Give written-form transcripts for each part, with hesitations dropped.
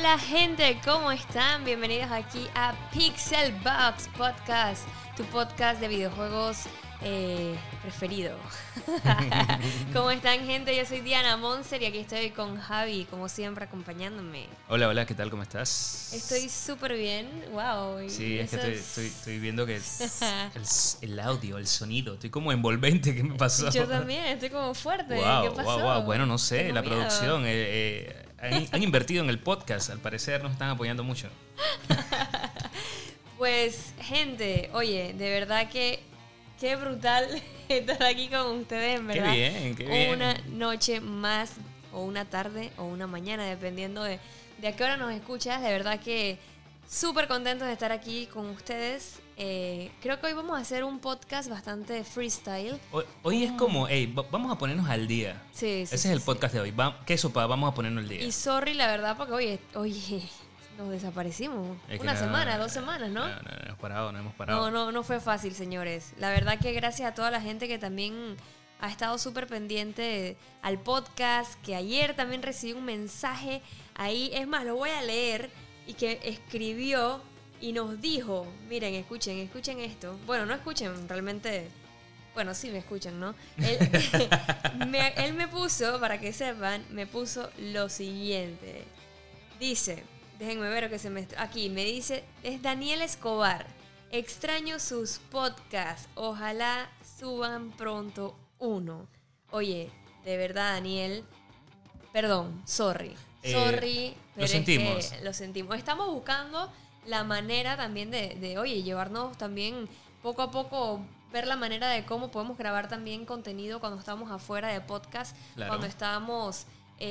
Hola gente, ¿cómo están? Bienvenidos aquí a Pixel Box Podcast, tu podcast de videojuegos preferido. ¿Cómo están gente? Yo soy Diana Monster y aquí estoy con Javi, como siempre, acompañándome. Hola, ¿qué tal? ¿Cómo estás? Estoy súper bien, wow. Sí, es que estoy viendo que el audio, el sonido, estoy como envolvente. ¿Qué me pasó? Yo también, estoy como fuerte. Wow, ¿Qué pasó? wow. Bueno, no sé, Tengo la miedo. producción. Han invertido en el podcast, al parecer nos están apoyando mucho. Pues, gente, oye, de verdad que qué brutal estar aquí con ustedes, en verdad. Qué bien. Una noche más, o una tarde, o una mañana, dependiendo de a qué hora nos escuchas. De verdad que súper contentos de estar aquí con ustedes. Creo que hoy vamos a hacer un podcast bastante freestyle. Hoy es como, vamos a ponernos al día. Sí. Ese es el podcast de hoy. ¿Qué sopa? Vamos a ponernos al día. Y sorry, la verdad, porque oye, nos desaparecimos. Es que Una no, semana, 2 semanas, ¿no? No hemos parado. No fue fácil, señores. La verdad que gracias a toda la gente que también ha estado súper pendiente al podcast, que ayer también recibí un mensaje ahí, es más, lo voy a leer, y que escribió y nos dijo, miren, escuchen esto. Bueno, no escuchen, realmente, bueno, sí me escuchan, ¿no? Él me puso, para que sepan, me puso lo siguiente. Dice, déjenme ver que aquí me dice, es Daniel Escobar. Extraño sus podcasts. Ojalá suban pronto uno. Oye, de verdad, Daniel. Perdón, sorry. Pero lo sentimos. es que lo sentimos. Estamos buscando la manera también de oye, llevarnos también poco a poco, ver la manera de cómo podemos grabar también contenido cuando estamos afuera de podcast, Claro. cuando estábamos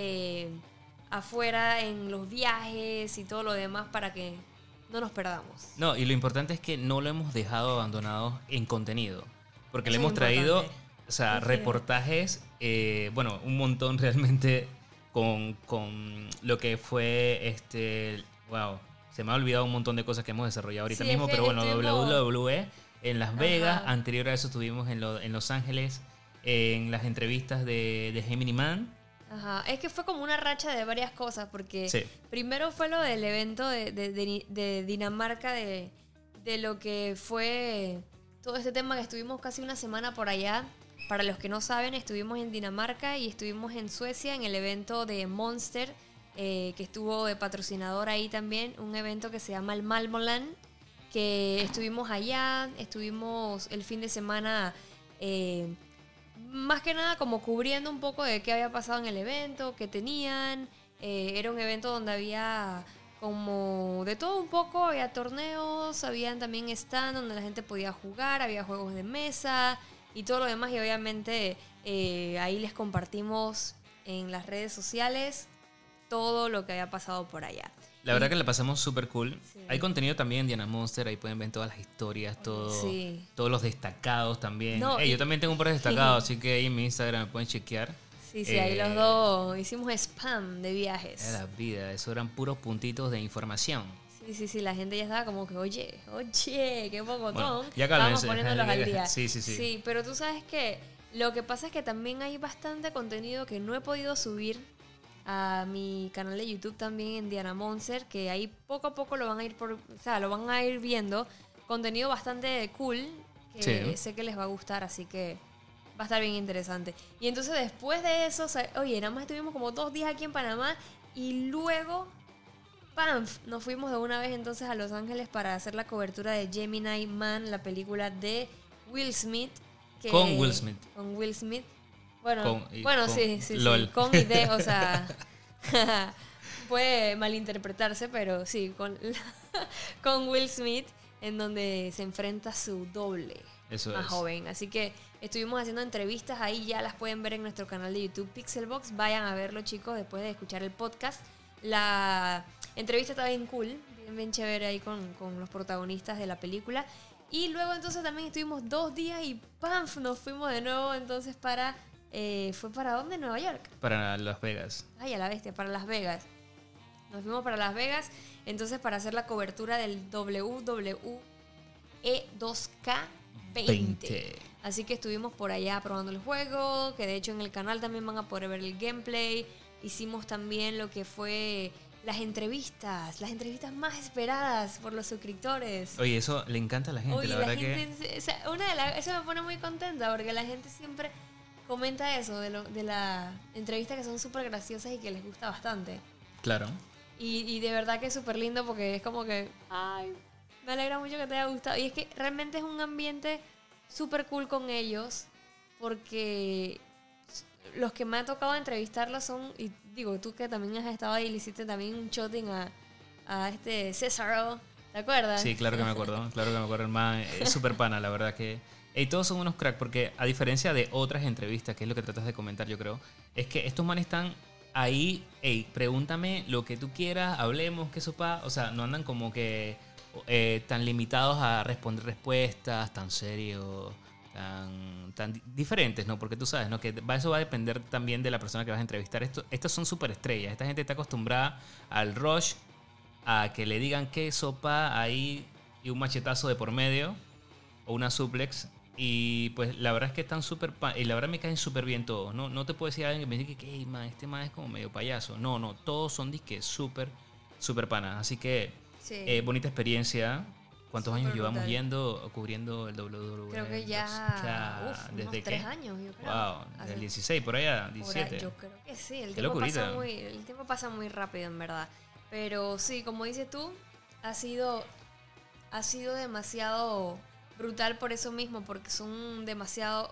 afuera en los viajes y todo lo demás para que no nos perdamos. No, y lo importante es que no lo hemos dejado abandonado en contenido. Porque le Eso hemos es traído, importante. o sea, Sí. reportajes, un montón realmente con lo que fue wow. Se me ha olvidado un montón de cosas que hemos desarrollado ahorita Sí, mismo, es que pero bueno, estuvimos- WWE en Las Vegas, Ajá. anterior a eso estuvimos en Los Ángeles, en las entrevistas de Gemini Man. Ajá, es que fue como una racha de varias cosas, porque Sí. primero fue lo del evento de Dinamarca, de lo que fue todo este tema, que estuvimos casi una semana por allá. Para los que no saben, estuvimos en Dinamarca y estuvimos en Suecia en el evento de Monster, que estuvo de patrocinador ahí también, un evento que se llama el Malmoland, que estuvimos allá, estuvimos el fin de semana más que nada como cubriendo un poco de qué había pasado en el evento, qué tenían. Era un evento donde había como de todo un poco, había torneos, habían también stand donde la gente podía jugar, había juegos de mesa y todo lo demás, y obviamente ahí les compartimos en las redes sociales todo lo que había pasado por allá. La verdad que la pasamos súper cool. Sí. Hay contenido también en Diana Monster, ahí pueden ver todas las historias, Sí. todos los destacados también. No, Yo también tengo un par de sí. destacados, así que ahí en mi Instagram me pueden chequear. Sí, ahí los dos hicimos spam de viajes. Era la vida, eso eran puros puntitos de información. Sí, la gente ya estaba como que, oye, qué pocotón. Bueno, ya cálmense. Vamos poniéndolos al día. Sí. Sí, pero tú sabes que lo que pasa es que también hay bastante contenido que no he podido subir a mi canal de YouTube también en Diana Monster, que ahí poco a poco lo van a ir viendo. Contenido bastante cool, que Sí. sé que les va a gustar, así que va a estar bien interesante. Y entonces después de eso, oye, nada más estuvimos como 2 días aquí en Panamá y luego ¡pam! Nos fuimos de una vez entonces a Los Ángeles para hacer la cobertura de Gemini Man, la película de Will Smith. Con Will Smith. Con Will Smith. Bueno, Con sí. LOL. Con y de, o sea, puede malinterpretarse, pero sí, con Will Smith, en donde se enfrenta a su doble Eso más es. joven. Así que estuvimos haciendo entrevistas ahí, ya las pueden ver en nuestro canal de YouTube Pixelbox. Vayan a verlo, chicos, después de escuchar el podcast. La entrevista está bien cool, bien chévere ahí con los protagonistas de la película. Y luego entonces también estuvimos 2 días y ¡pam! Nos fuimos de nuevo entonces para... ¿Fue para dónde? ¿Nueva York? Para Las Vegas. Ay, a la bestia, para Las Vegas. Nos fuimos para Las Vegas entonces para hacer la cobertura del WWE 2K20. Así que estuvimos por allá probando el juego, que de hecho en el canal también van a poder ver el gameplay. Hicimos también lo que fue las entrevistas más esperadas por los suscriptores. Oye, eso le encanta a la gente, Oye, la verdad que... o sea, eso me pone muy contenta porque la gente siempre comenta eso de la entrevista, que son súper graciosas y que les gusta bastante. Claro. Y de verdad que es súper lindo porque es como que, ay, me alegra mucho que te haya gustado. Y es que realmente es un ambiente súper cool con ellos, porque los que me ha tocado entrevistarlos son, y digo, tú que también has estado ahí, le hiciste también un shotting a este César, ¿te acuerdas? Sí, claro que me acuerdo, el man es súper pana, la verdad que... Y todos son unos cracks, porque a diferencia de otras entrevistas, que es lo que tratas de comentar, yo creo, es que estos manes están ahí, hey, pregúntame lo que tú quieras, hablemos, qué sopa, o sea, no andan como que tan limitados a responder respuestas, tan serios, tan diferentes, ¿no? Porque tú sabes, ¿no? Que eso va a depender también de la persona que vas a entrevistar. Estas son súper estrellas, esta gente está acostumbrada al rush, a que le digan qué sopa ahí y un machetazo de por medio, o una suplex. Y pues la verdad es que están súper... Y la verdad me caen súper bien todos. No te puedo decir a alguien que me diga que hey, man, este man es como medio payaso. No, todos son disque súper panas. Así que sí. Bonita experiencia. ¿Cuántos Súper años llevamos brutal. cubriendo el WWE? Creo que ya ¿desde unos qué? 3 años, yo creo. Wow, del 16 por allá, 17. Yo creo que sí, el tiempo pasa muy rápido, en verdad. Pero sí, como dices tú, ha sido demasiado brutal por eso mismo, porque son demasiado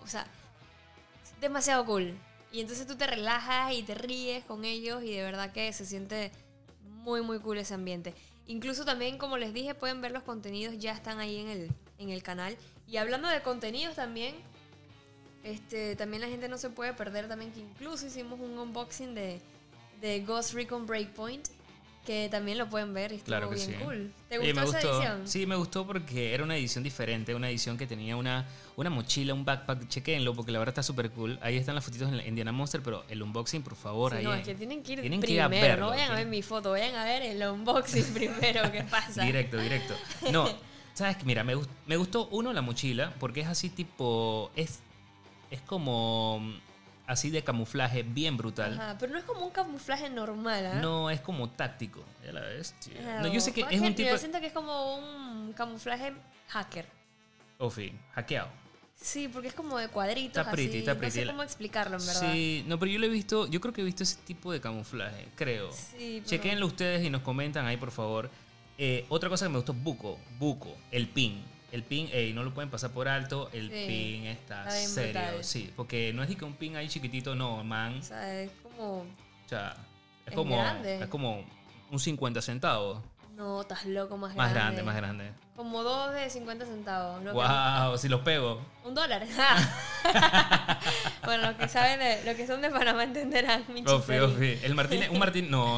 cool. Y entonces tú te relajas y te ríes con ellos y de verdad que se siente muy, muy cool ese ambiente. Incluso también, como les dije, pueden ver los contenidos, ya están ahí en el canal. Y hablando de contenidos también, también la gente no se puede perder también que incluso hicimos un unboxing de Ghost Recon Breakpoint, que también lo pueden ver y estuvo claro que bien sí. cool. ¿Te gustó esa edición? Sí, me gustó porque era una edición diferente, una edición que tenía una mochila, un backpack. Chequenlo porque la verdad está súper cool. Ahí están las fotitos en Indiana Monster, pero el unboxing, por favor. Sí, ahí no, es que tienen que ir primero, que ir a verlo, no vayan a ver ¿sí? mi foto, vayan a ver el unboxing primero, ¿qué pasa? Directo. No, sabes que mira, me gustó la mochila porque es así tipo, es como así de camuflaje bien brutal. Ajá, pero no es como un camuflaje normal, ¿eh? No, es como táctico. Ya la ves. No, No, yo sé que es un tipo... Yo siento que es como un camuflaje hacker. Fin, hackeado. Sí, porque es como de cuadritos Está pretty, así. está pretty. No sé cómo explicarlo, en verdad. Sí, no, pero yo creo que he visto ese tipo de camuflaje, creo. Sí, pero... Chequenlo ustedes y nos comentan ahí, por favor. Otra cosa que me gustó, Buco, el pin. El pin, no lo pueden pasar por alto, el pin está serio, brutal. Sí, porque no es que un pin ahí chiquitito, no, man. O sea, es como... O sea, es como un 50 centavos. No, estás loco, más grande. Más grande. Como 2 de 50 centavos. Wow, si los pego. $1. Bueno, los que son de Panamá entenderán mi chiste. Ofi. Un Martinelli, no,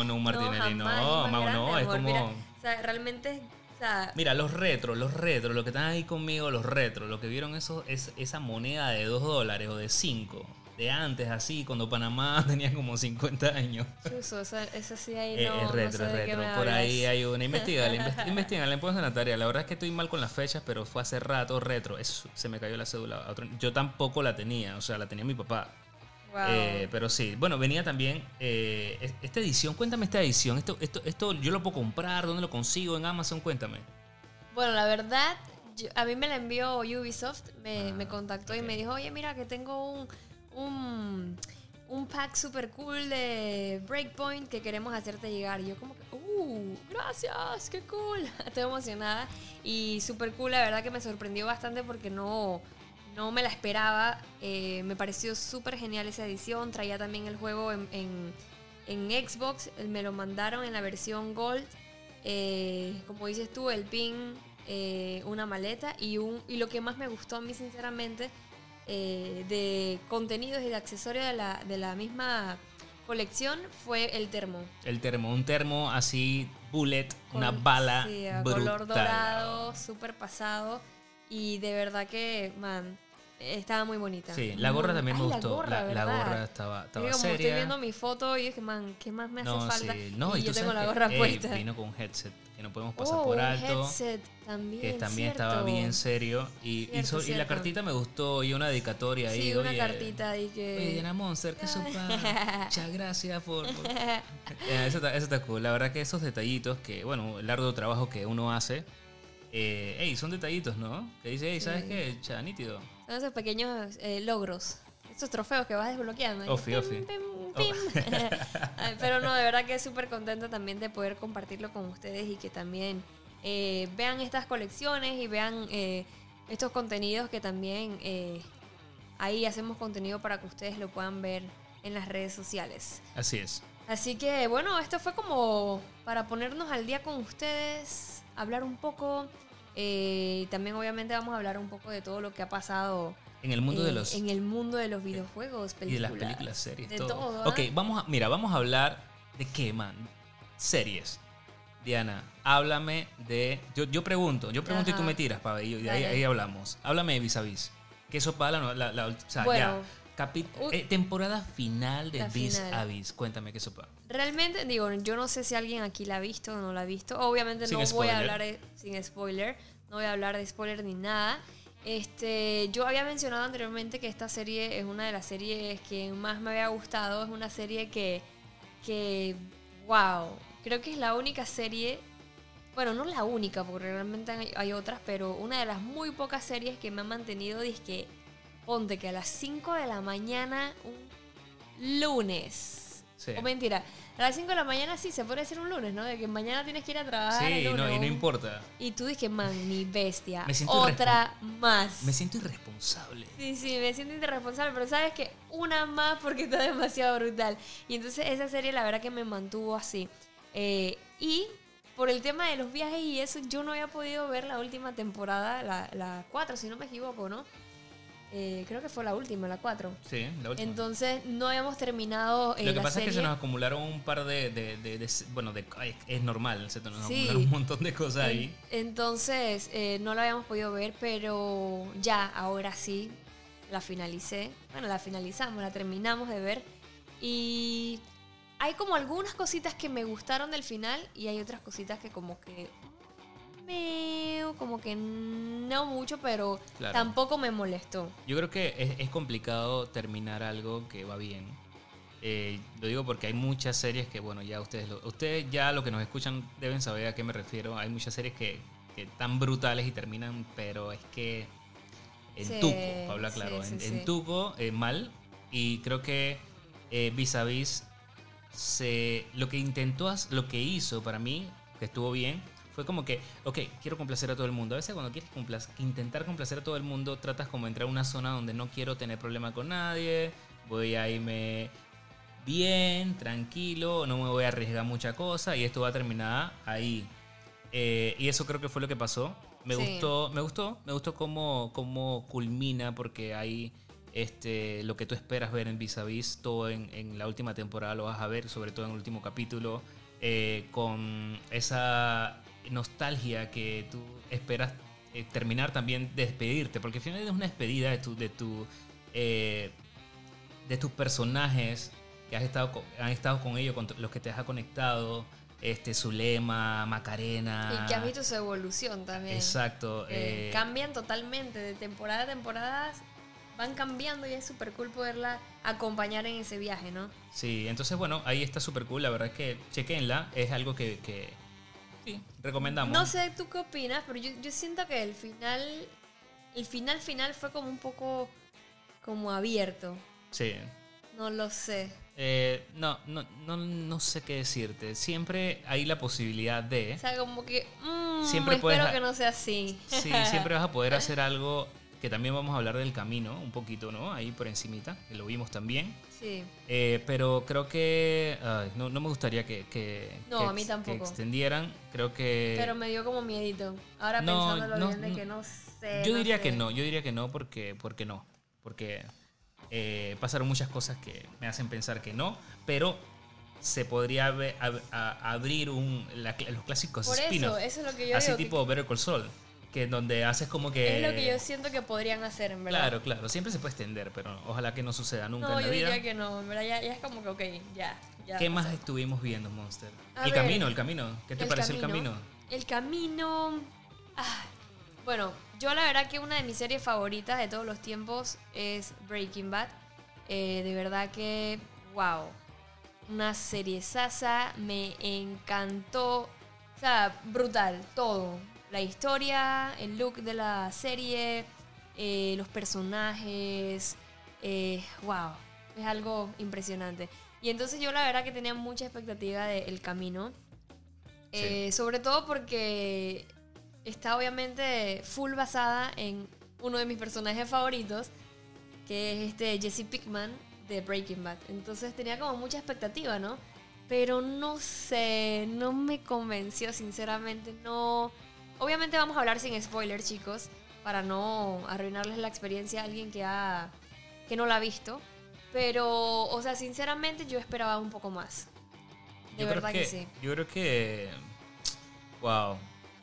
no, es como... Mira, o sea, realmente... Mira, los retros, los que están ahí conmigo, los retros, lo que vieron esa moneda de $2 o de 5, de antes, así, cuando Panamá tenía como 50 años. Chuso, esa sí ahí no. Es retro, no sé es retro. Por ahí hay una. Investígala, pongan la tarea. La verdad es que estoy mal con las fechas, pero fue hace rato retro. Se me cayó la cédula. Yo tampoco la tenía, o sea, la tenía mi papá. Wow. Pero sí, bueno, venía también esta edición. Cuéntame esta edición. Esto yo lo puedo comprar, ¿dónde lo consigo? En Amazon, cuéntame. Bueno, la verdad, a mí me la envió Ubisoft, me contactó y me dijo, oye, mira que tengo un pack super cool de Breakpoint que queremos hacerte llegar. Y yo como que, gracias, qué cool. Estoy emocionada y super cool, la verdad que me sorprendió bastante porque no me la esperaba. Me pareció súper genial esa edición. Traía también el juego en Xbox. Me lo mandaron en la versión Gold. Como dices tú, el pin, una maleta y lo que más me gustó a mí, sinceramente, de contenidos y de accesorios de la misma colección fue el termo. Un termo así, bullet, una bala brutal. Color dorado, súper pasado. Y de verdad que, man, estaba muy bonita. Sí, la gorra también me Ay, gustó. La La ¿verdad? gorra estaba Como seria. estoy viendo mi foto y dije, man, ¿qué más me hace falta? Sí. No, y tú yo tengo sabes la que, gorra puesta. vino con un headset que no podemos pasar Oh, por un alto. headset también, Que también cierto. estaba bien serio. Y Cierto, y la cierto. cartita me gustó. Y una dedicatoria ahí. Sí, una oye, cartita y que... Oye, Diana Monster, que sopa. Muchas gracias por... Eso está cool. La verdad que esos detallitos que, bueno, el arduo trabajo que uno hace, son detallitos, ¿no? Que dice, hey, ¿sabes Sí. qué? Cha, nítido. Son esos pequeños logros. Esos trofeos que vas desbloqueando. Ofi. Pim, pim. Ay, pero no, de verdad que súper contenta también de poder compartirlo con ustedes y que también vean estas colecciones y vean estos contenidos que también ahí hacemos contenido para que ustedes lo puedan ver en las redes sociales. Así es. Así que bueno, esto fue como para ponernos al día con ustedes, hablar un poco. También obviamente vamos a hablar un poco de todo lo que ha pasado En el mundo de los... en el mundo de los videojuegos, películas. Y de las películas, series, de todo. todo. Ok, vamos a hablar de qué, man. Series. Diana, háblame de... Yo pregunto y Ajá. tú me tiras, pa, y Dale. ahí hablamos. Háblame de Vis a Vis. Que eso para o sea, Bueno, temporada final de la Vis final. a Vis. Cuéntame qué eso para. Realmente, digo, yo no sé si alguien aquí la ha visto o no la ha visto. Obviamente Sin no voy a spoiler. hablar sin spoiler. No voy a hablar de spoiler ni nada. Yo había mencionado anteriormente que esta serie es una de las series que más me había gustado. Es una serie que wow, creo que es la única serie, bueno, no la única, porque realmente hay otras, pero una de las muy pocas series que me han mantenido, dizque, ponte que a las 5 de la mañana, un lunes. Sí. O mentira, a las 5 de la mañana sí se puede decir un lunes, ¿no? De que mañana tienes que ir a trabajar. Sí, el lunes, y no importa. Y tú dices, man, mi bestia. Me siento Otra más. Me siento irresponsable. Sí, me siento irresponsable, pero sabes que una más porque está demasiado brutal. Y entonces esa serie la verdad que me mantuvo así. Y por el tema de los viajes y eso, yo no había podido ver la última temporada, la 4, si no me equivoco, ¿no? Creo que fue la última, la 4. Sí, la última. Entonces no habíamos terminado Lo que la pasa serie. es que se nos acumularon un par es normal, se nos Sí. acumularon un montón de cosas ahí. Entonces no la habíamos podido ver, pero ya, ahora sí, la finalicé. Bueno, la finalizamos, la terminamos de ver. Y hay como algunas cositas que me gustaron del final y hay otras cositas que como que no mucho, pero Claro. tampoco me molestó. Yo creo que es complicado terminar algo que va bien. Lo digo porque hay muchas series que, bueno, ya ustedes ya lo que nos escuchan deben saber a qué me refiero. Hay muchas series que están brutales y terminan, pero es que en Sí, tuco, para hablar claro, sí, sí, en sí. tuco, mal. Y creo que Vis a Vis lo que hizo para mí, que estuvo bien, fue como que, ok, quiero complacer a todo el mundo. A veces cuando quieres intentar complacer a todo el mundo, tratas como entrar a una zona donde no quiero tener problema con nadie, voy a irme bien, tranquilo, no me voy a arriesgar mucha cosa y esto va a terminar ahí. Y eso creo que fue lo que pasó. Me Sí. gustó cómo culmina, porque hay lo que tú esperas ver en Vis a Vis, todo en la última temporada lo vas a ver, sobre todo en el último capítulo, con esa nostalgia que tú esperas terminar también, despedirte, porque al final es una despedida de tus personajes que han estado con ellos, con los que te has conectado, Zulema, Macarena. Y que has visto su evolución también. Exacto. Cambian totalmente, de temporada a temporada van cambiando y es súper cool poderla acompañar en ese viaje, ¿no? Sí, entonces bueno, ahí está súper cool, la verdad es que chequenla, es algo que sí, recomendamos. No sé tú qué opinas, pero yo siento que el final fue como un poco como abierto. Sí. No lo sé. No sé qué decirte. Siempre hay la posibilidad de... O sea, como que Siempre puedes espero que no sea así. Sí, siempre vas a poder hacer algo, que también vamos a hablar del camino un poquito, ¿no? Ahí por encimita, que lo vimos también. Sí. Pero creo que no me gustaría que No, a mí tampoco. que extendieran. Creo que... Pero me dio como miedito. Ahora No, pensándolo no, bien de no. que no sé. Yo no diría sé. que no, porque no. Porque pasaron muchas cosas que me hacen pensar que no, pero se podría abrir los clásicos Por spin-off. eso es lo que yo Así digo. tipo Better Call Saul, que donde haces como que... Es lo que yo siento que podrían hacer, en verdad. Claro, claro, siempre se puede extender, pero ojalá que no suceda nunca No, en la yo vida. diría que no, en verdad ya es como que, ok, ya ¿Qué más pasó. estuvimos viendo, Monster? A El ver, camino. ¿Qué te pareció el camino? El camino... bueno, yo la verdad que una de mis series favoritas de todos los tiempos es Breaking Bad. De verdad que, wow, una serie sasa, me encantó. O sea, brutal, todo. La historia, el look de la serie, los personajes, wow, es algo impresionante. Y entonces yo la verdad que tenía mucha expectativa de El Camino. Sí. Sobre todo porque está obviamente full basada en uno de mis personajes favoritos, que es Jesse Pinkman de Breaking Bad. Entonces tenía como mucha expectativa, ¿no? Pero no sé, no me convenció, sinceramente, no. Obviamente vamos a hablar sin spoilers, chicos, para no arruinarles la experiencia a alguien que no la ha visto. Pero, o sea, sinceramente yo esperaba un poco más. De verdad que sí. Yo creo que... Wow.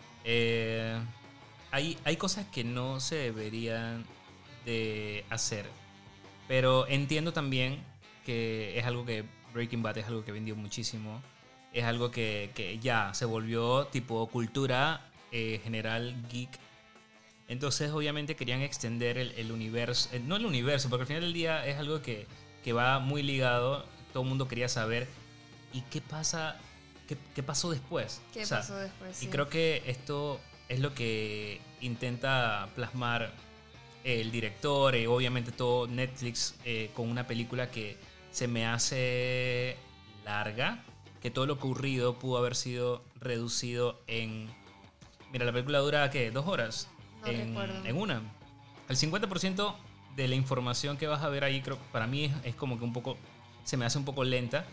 Hay cosas que no se deberían de hacer. Pero entiendo también que es algo que Breaking Bad es algo que vendió muchísimo. Es algo que ya se volvió tipo cultura general geek. Entonces obviamente querían extender el universo. No el universo, porque al final del día es algo que va muy ligado. Todo el mundo quería saber. ¿Y qué pasa? ¿Qué pasó después? ¿Qué pasó después? Sí. Y creo que esto es lo que intenta plasmar el director y obviamente todo Netflix con una película que se me hace larga, que todo lo ocurrido pudo haber sido reducido en... Mira, la película dura, ¿qué? 2 horas. No recuerdo. En una. El 50% de la información que vas a ver ahí, creo, para mí es como que un poco... Se me hace un poco lenta.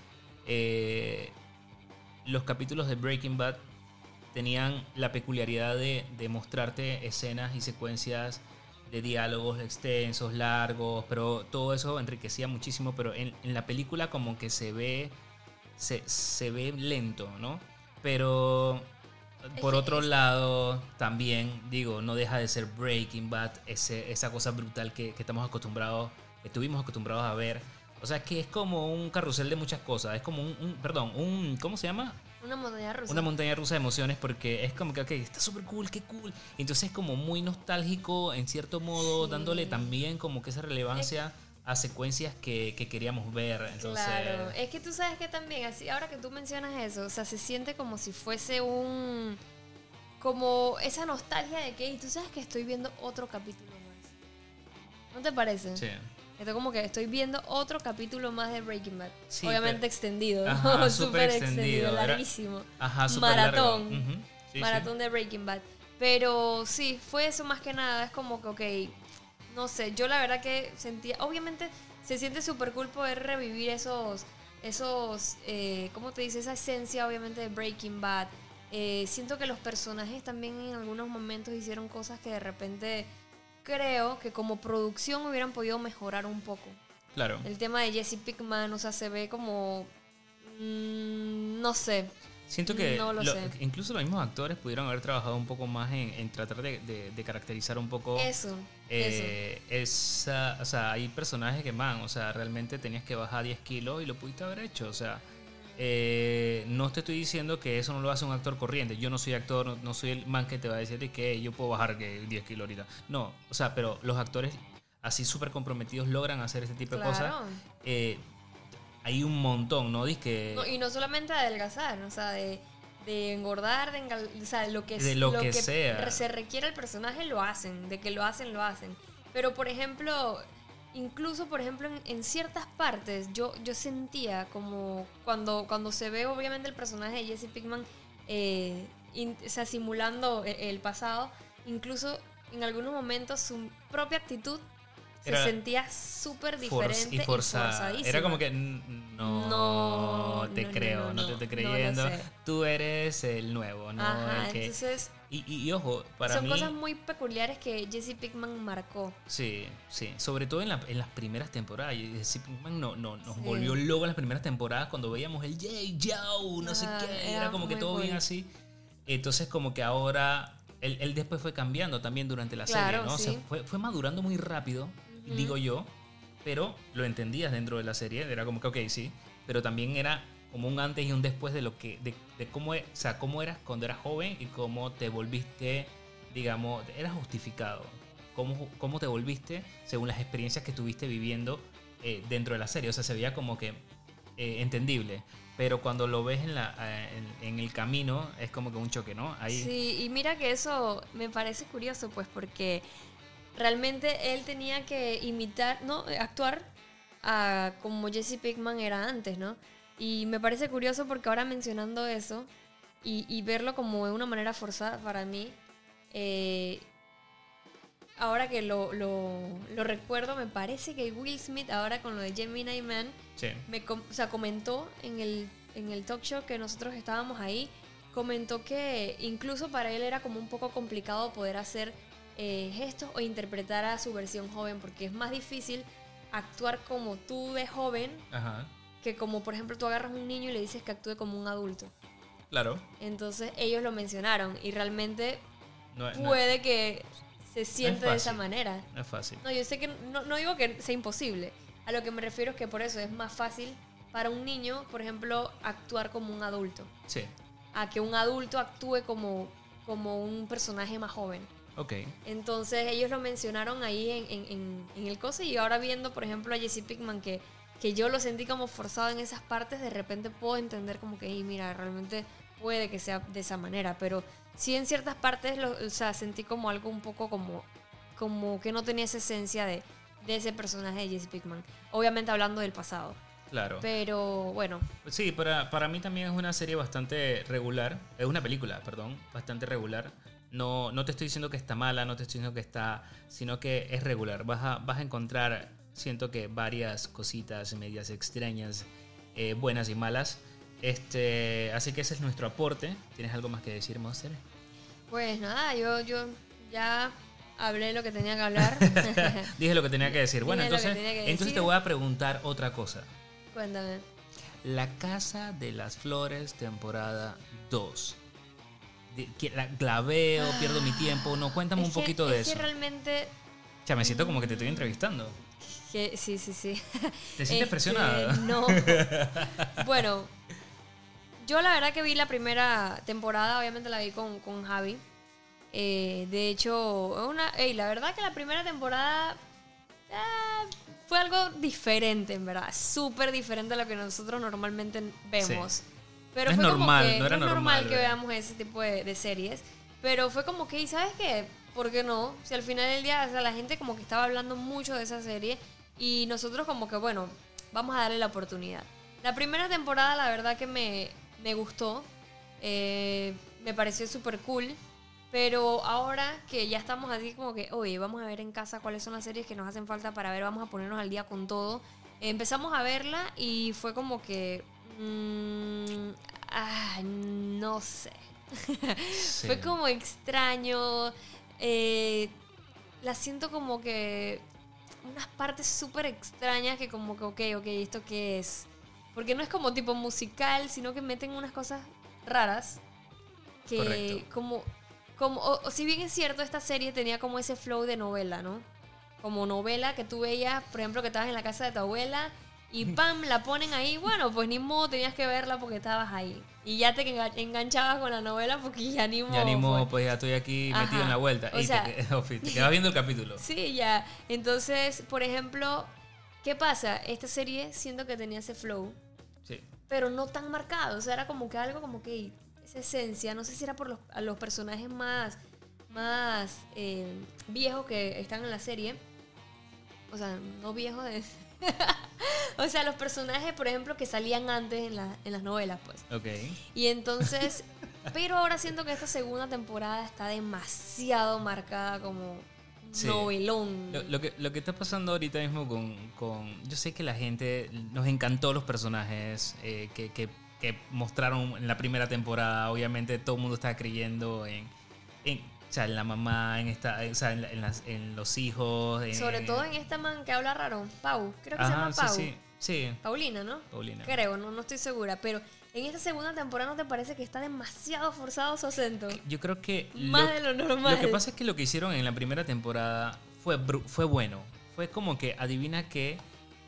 Los capítulos de Breaking Bad tenían la peculiaridad de mostrarte escenas y secuencias de diálogos extensos, largos, pero todo eso enriquecía muchísimo, pero en la película como que se ve lento, ¿no? Pero por otro lado, también digo, no deja de ser Breaking Bad, esa cosa brutal que estuvimos acostumbrados a ver. O sea, que es como un carrusel de muchas cosas. Es como ¿cómo se llama? Una montaña rusa. Una montaña rusa de emociones, porque es como que, ok, está súper cool, qué cool. Entonces es como muy nostálgico, en cierto modo, Sí. dándole también como que esa relevancia a secuencias que queríamos ver. Entonces, claro, es que tú sabes que también, así ahora que tú mencionas eso, o sea, se siente como si fuese como esa nostalgia de que, y tú sabes que estoy viendo otro capítulo más. ¿No te parece? sí. Esto como que estoy viendo otro capítulo más de Breaking Bad. Sí, obviamente pero... extendido. Ajá, súper extendido. larguísimo. Ajá, súper maratón. largo. Uh-huh. Sí, maratón de Breaking Bad. Pero sí, fue eso más que nada. Es como que, ok, no sé, yo la verdad que sentía... Obviamente se siente súper cool poder revivir esos ¿cómo te dice? Esa esencia obviamente de Breaking Bad. Siento que los personajes también en algunos momentos hicieron cosas que de repente... creo que como producción hubieran podido mejorar un poco. Claro. El tema de Jesse Pinkman, o sea, se ve como... no sé. Siento que no lo sé. Incluso los mismos actores pudieron haber trabajado un poco más en tratar de caracterizar un poco... Eso. O sea, hay personajes que, o sea, realmente tenías que bajar 10 kilos y lo pudiste haber hecho, o sea... no te estoy diciendo que eso no lo hace un actor corriente. Yo no soy actor, no soy el man que te va a decir que yo puedo bajar 10 kilos ahorita. No, o sea, pero los actores así súper comprometidos logran hacer este tipo de cosas. Hay un montón, ¿no? No, y no solamente adelgazar, o sea, de engordar, o sea, lo que sea. Se requiere el personaje lo hacen, de que lo hacen. Pero, por ejemplo... Incluso, por ejemplo, en ciertas partes yo sentía como cuando se ve obviamente el personaje de Jesse Pinkman o sea, simulando el pasado, incluso en algunos momentos su propia actitud se sentía súper diferente y forzadísima. Era como que no te creo, no te estoy creyendo. Tú eres el nuevo, ¿no? Ajá, entonces... Y ojo, para mí... Son cosas muy peculiares que Jesse Pinkman marcó. Sí. Sobre todo en las primeras temporadas. Jesse Pinkman nos volvió loco en las primeras temporadas cuando veíamos el Joe, no sé qué. Era como que todo bien así. Entonces como que ahora él después fue cambiando también durante la Claro, serie, ¿no? sí. O sea, fue madurando muy rápido, digo yo, pero lo entendías dentro de la serie, era como que, ok, sí, pero también era como un antes y un después de lo que, de cómo, o sea, cómo eras cuando eras joven y cómo te volviste, digamos, eras justificado. Cómo te volviste según las experiencias que estuviste viviendo dentro de la serie. O sea, se veía como que entendible. Pero cuando lo ves en el camino, es como que un choque, ¿no? Ahí... Sí, y mira que eso me parece curioso, pues, porque realmente él tenía que imitar, no, actuar como Jesse Pinkman era antes, ¿no? Y me parece curioso porque ahora mencionando eso y verlo como de una manera forzada para mí, ahora que lo recuerdo, me parece que Will Smith, ahora con lo de Gemini Man, Sí. o sea, comentó en el talk show que nosotros estábamos ahí, comentó que incluso para él era como un poco complicado poder hacer gestos o interpretar a su versión joven, porque es más difícil actuar como tú de joven Ajá. que como, por ejemplo, tú agarras a un niño y le dices que actúe como un adulto. Claro. Entonces ellos lo mencionaron y realmente No puede que se siente de esa fácil. manera. es fácil. No, yo sé que no digo que sea imposible. A lo que me refiero es que por eso es más fácil para un niño, por ejemplo, actuar como un adulto, Sí. a que un adulto actúe como un personaje más joven. Ok. Entonces ellos lo mencionaron ahí en el coso, y ahora viendo, por ejemplo, a Jesse Pinkman, que yo lo sentí como forzado en esas partes, de repente puedo entender como que, mira, realmente puede que sea de esa manera, pero sí en ciertas partes o sea, sentí como algo un poco como que no tenía esa esencia de ese personaje de Jesse Pinkman. Obviamente hablando del pasado. Claro. Pero bueno. Sí, para mí también es una serie bastante regular. Es una película, perdón, bastante regular. No te estoy diciendo que está mala, no te estoy diciendo que está... Sino que es regular. Vas a encontrar, siento que varias cositas medias extrañas, buenas y malas. Así que ese es nuestro aporte. ¿Tienes algo más que decir, Monster? Pues nada, yo ya hablé lo que tenía que hablar. Dije lo que tenía que decir. Bueno, Dije lo que entonces, tenía que entonces te decir. voy a preguntar otra cosa. Cuéntame. La Casa de las Flores, temporada 2. La veo, pierdo mi tiempo. No, cuéntame un poquito de eso. Es que realmente... Ya me siento como que te estoy entrevistando. Sí. ¿Te sientes presionada? No. Bueno, yo la verdad que vi la primera temporada, obviamente la vi con Javi. De hecho, la verdad que la primera temporada fue algo diferente, en verdad. Súper diferente a lo que nosotros normalmente vemos. Sí. Pero No fue es como normal, que no era es normal que ¿verdad? veamos ese tipo de series. Pero fue como que, ¿sabes qué? ¿Por qué no? Si al final del día, o sea, la gente como que estaba hablando mucho de esa serie y nosotros como que, bueno, vamos a darle la oportunidad. La primera temporada, la verdad que me gustó. Me pareció súper cool. Pero ahora que ya estamos así como que, oye, vamos a ver en casa cuáles son las series que nos hacen falta para ver, vamos a ponernos al día con todo. Empezamos a verla y fue como que... no sé. Sí. Fue como extraño. La siento como que... unas partes súper extrañas que como que, ok, ¿esto qué es? Porque no es como tipo musical, sino que meten unas cosas raras. Que Correcto. o si bien es cierto, esta serie tenía como ese flow de novela, ¿no? Como novela que tú veías, por ejemplo, que estabas en la casa de tu abuela y ¡pam! La ponen ahí. Bueno, pues ni modo, tenías que verla porque estabas ahí. Y ya te enganchabas con la novela porque ya ni modo. Ya animo, pues ya estoy aquí metido en la vuelta. O Y sea, te quedas viendo el capítulo. Sí, ya. Entonces, por ejemplo, ¿qué pasa? Esta serie siento que tenía ese flow, Sí. pero no tan marcado. O sea, era como que algo como que esa esencia, no sé si era por los personajes más viejos que están en la serie. O sea, no viejos de... O sea, los personajes, por ejemplo, que salían antes en las novelas, pues. Ok. Y entonces... Pero ahora siento que esta segunda temporada está demasiado marcada como Sí. novelón. Lo que está pasando ahorita mismo yo sé que la gente nos encantó los personajes que mostraron en la primera temporada. Obviamente todo el mundo estaba creyendo o sea, en la mamá, o sea, en los hijos. Sobre todo en esta man que habla raro, Pau. Creo que se Ajá, llama Pau. sí. Paulina, ¿no? Paulina. Creo, no estoy segura. Pero en esta segunda temporada, ¿no te parece que está demasiado forzado su acento? Yo creo que Más de lo normal. Lo que pasa es que lo que hicieron en la primera temporada fue bueno. Fue como que, adivina que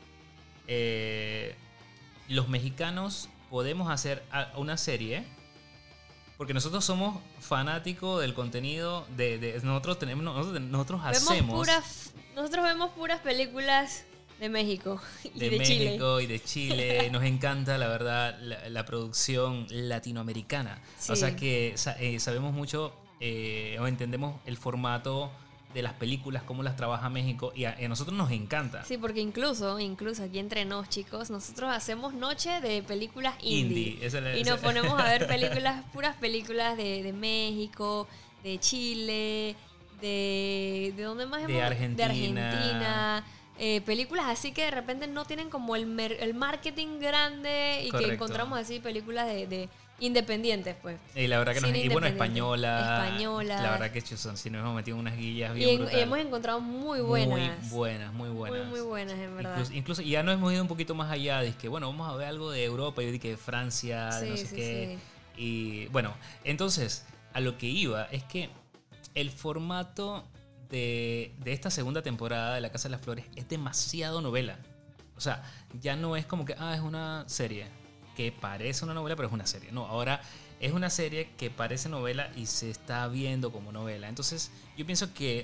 los mexicanos podemos hacer una serie, porque nosotros somos fanáticos del contenido nosotros hacemos nosotros vemos puras películas de México y de México Chile. y de Chile. Nos encanta, la verdad, la producción latinoamericana. Sí. O sea que sabemos mucho o entendemos el formato de las películas, cómo las trabaja México, y a nosotros nos encanta. Sí, porque incluso aquí entre nos, chicos, nosotros hacemos noche de películas indie. Y nos ponemos a ver puras películas de México, de Chile, ¿de dónde más hemos? De Argentina. De Argentina. Películas así que de repente no tienen como el marketing grande y Correcto. que encontramos así películas de independientes, pues. Y la verdad que española. La verdad que sí nos hemos metido unas guillas bien Y brutales. hemos encontrado muy buenas. Muy buenas. Muy buenas, en verdad. Incluso ya nos hemos ido un poquito más allá. Dice que, bueno, vamos a ver algo de Europa. Yo dije que Francia, de no sé qué. Sí. Y bueno, entonces, a lo que iba es que el formato de esta segunda temporada de La Casa de las Flores es demasiado novela. O sea, ya no es como que, es una serie que parece una novela, pero es una serie. No, ahora es una serie que parece novela y se está viendo como novela. Entonces, yo pienso que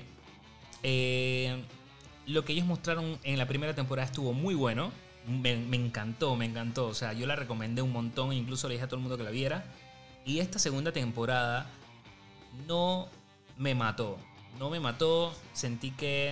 lo que ellos mostraron en la primera temporada estuvo muy bueno. Me encantó. O sea, yo la recomendé un montón, incluso le dije a todo el mundo que la viera. Y esta segunda temporada no me mató. Sentí que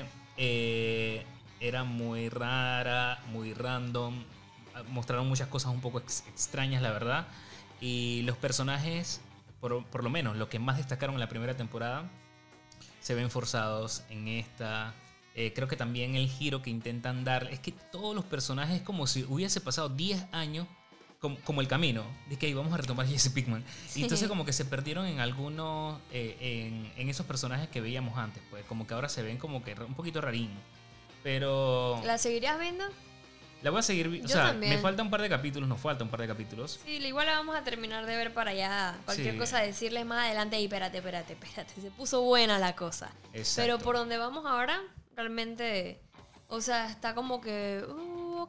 era muy rara, muy random. Mostraron muchas cosas un poco extrañas, la verdad. Y los personajes, por lo menos los que más destacaron en la primera temporada, se ven forzados en esta. Creo que también el giro que intentan dar es que todos los personajes, como si hubiese pasado 10 años, como el camino. De que vamos a retomar Jesse Pinkman. Sí. Y entonces como que se perdieron en algunos, en esos personajes que veíamos antes. Pues como que ahora se ven como que un poquito rarín. Pero... ¿La seguirías viendo? La voy a seguir. O sea, también. Nos falta un par de capítulos. Sí, igual la vamos a terminar de ver para allá. Cualquier cosa decirles más adelante. Y espérate. Se puso buena la cosa. Exacto. Pero por donde vamos ahora, realmente, o sea, está como que, ok.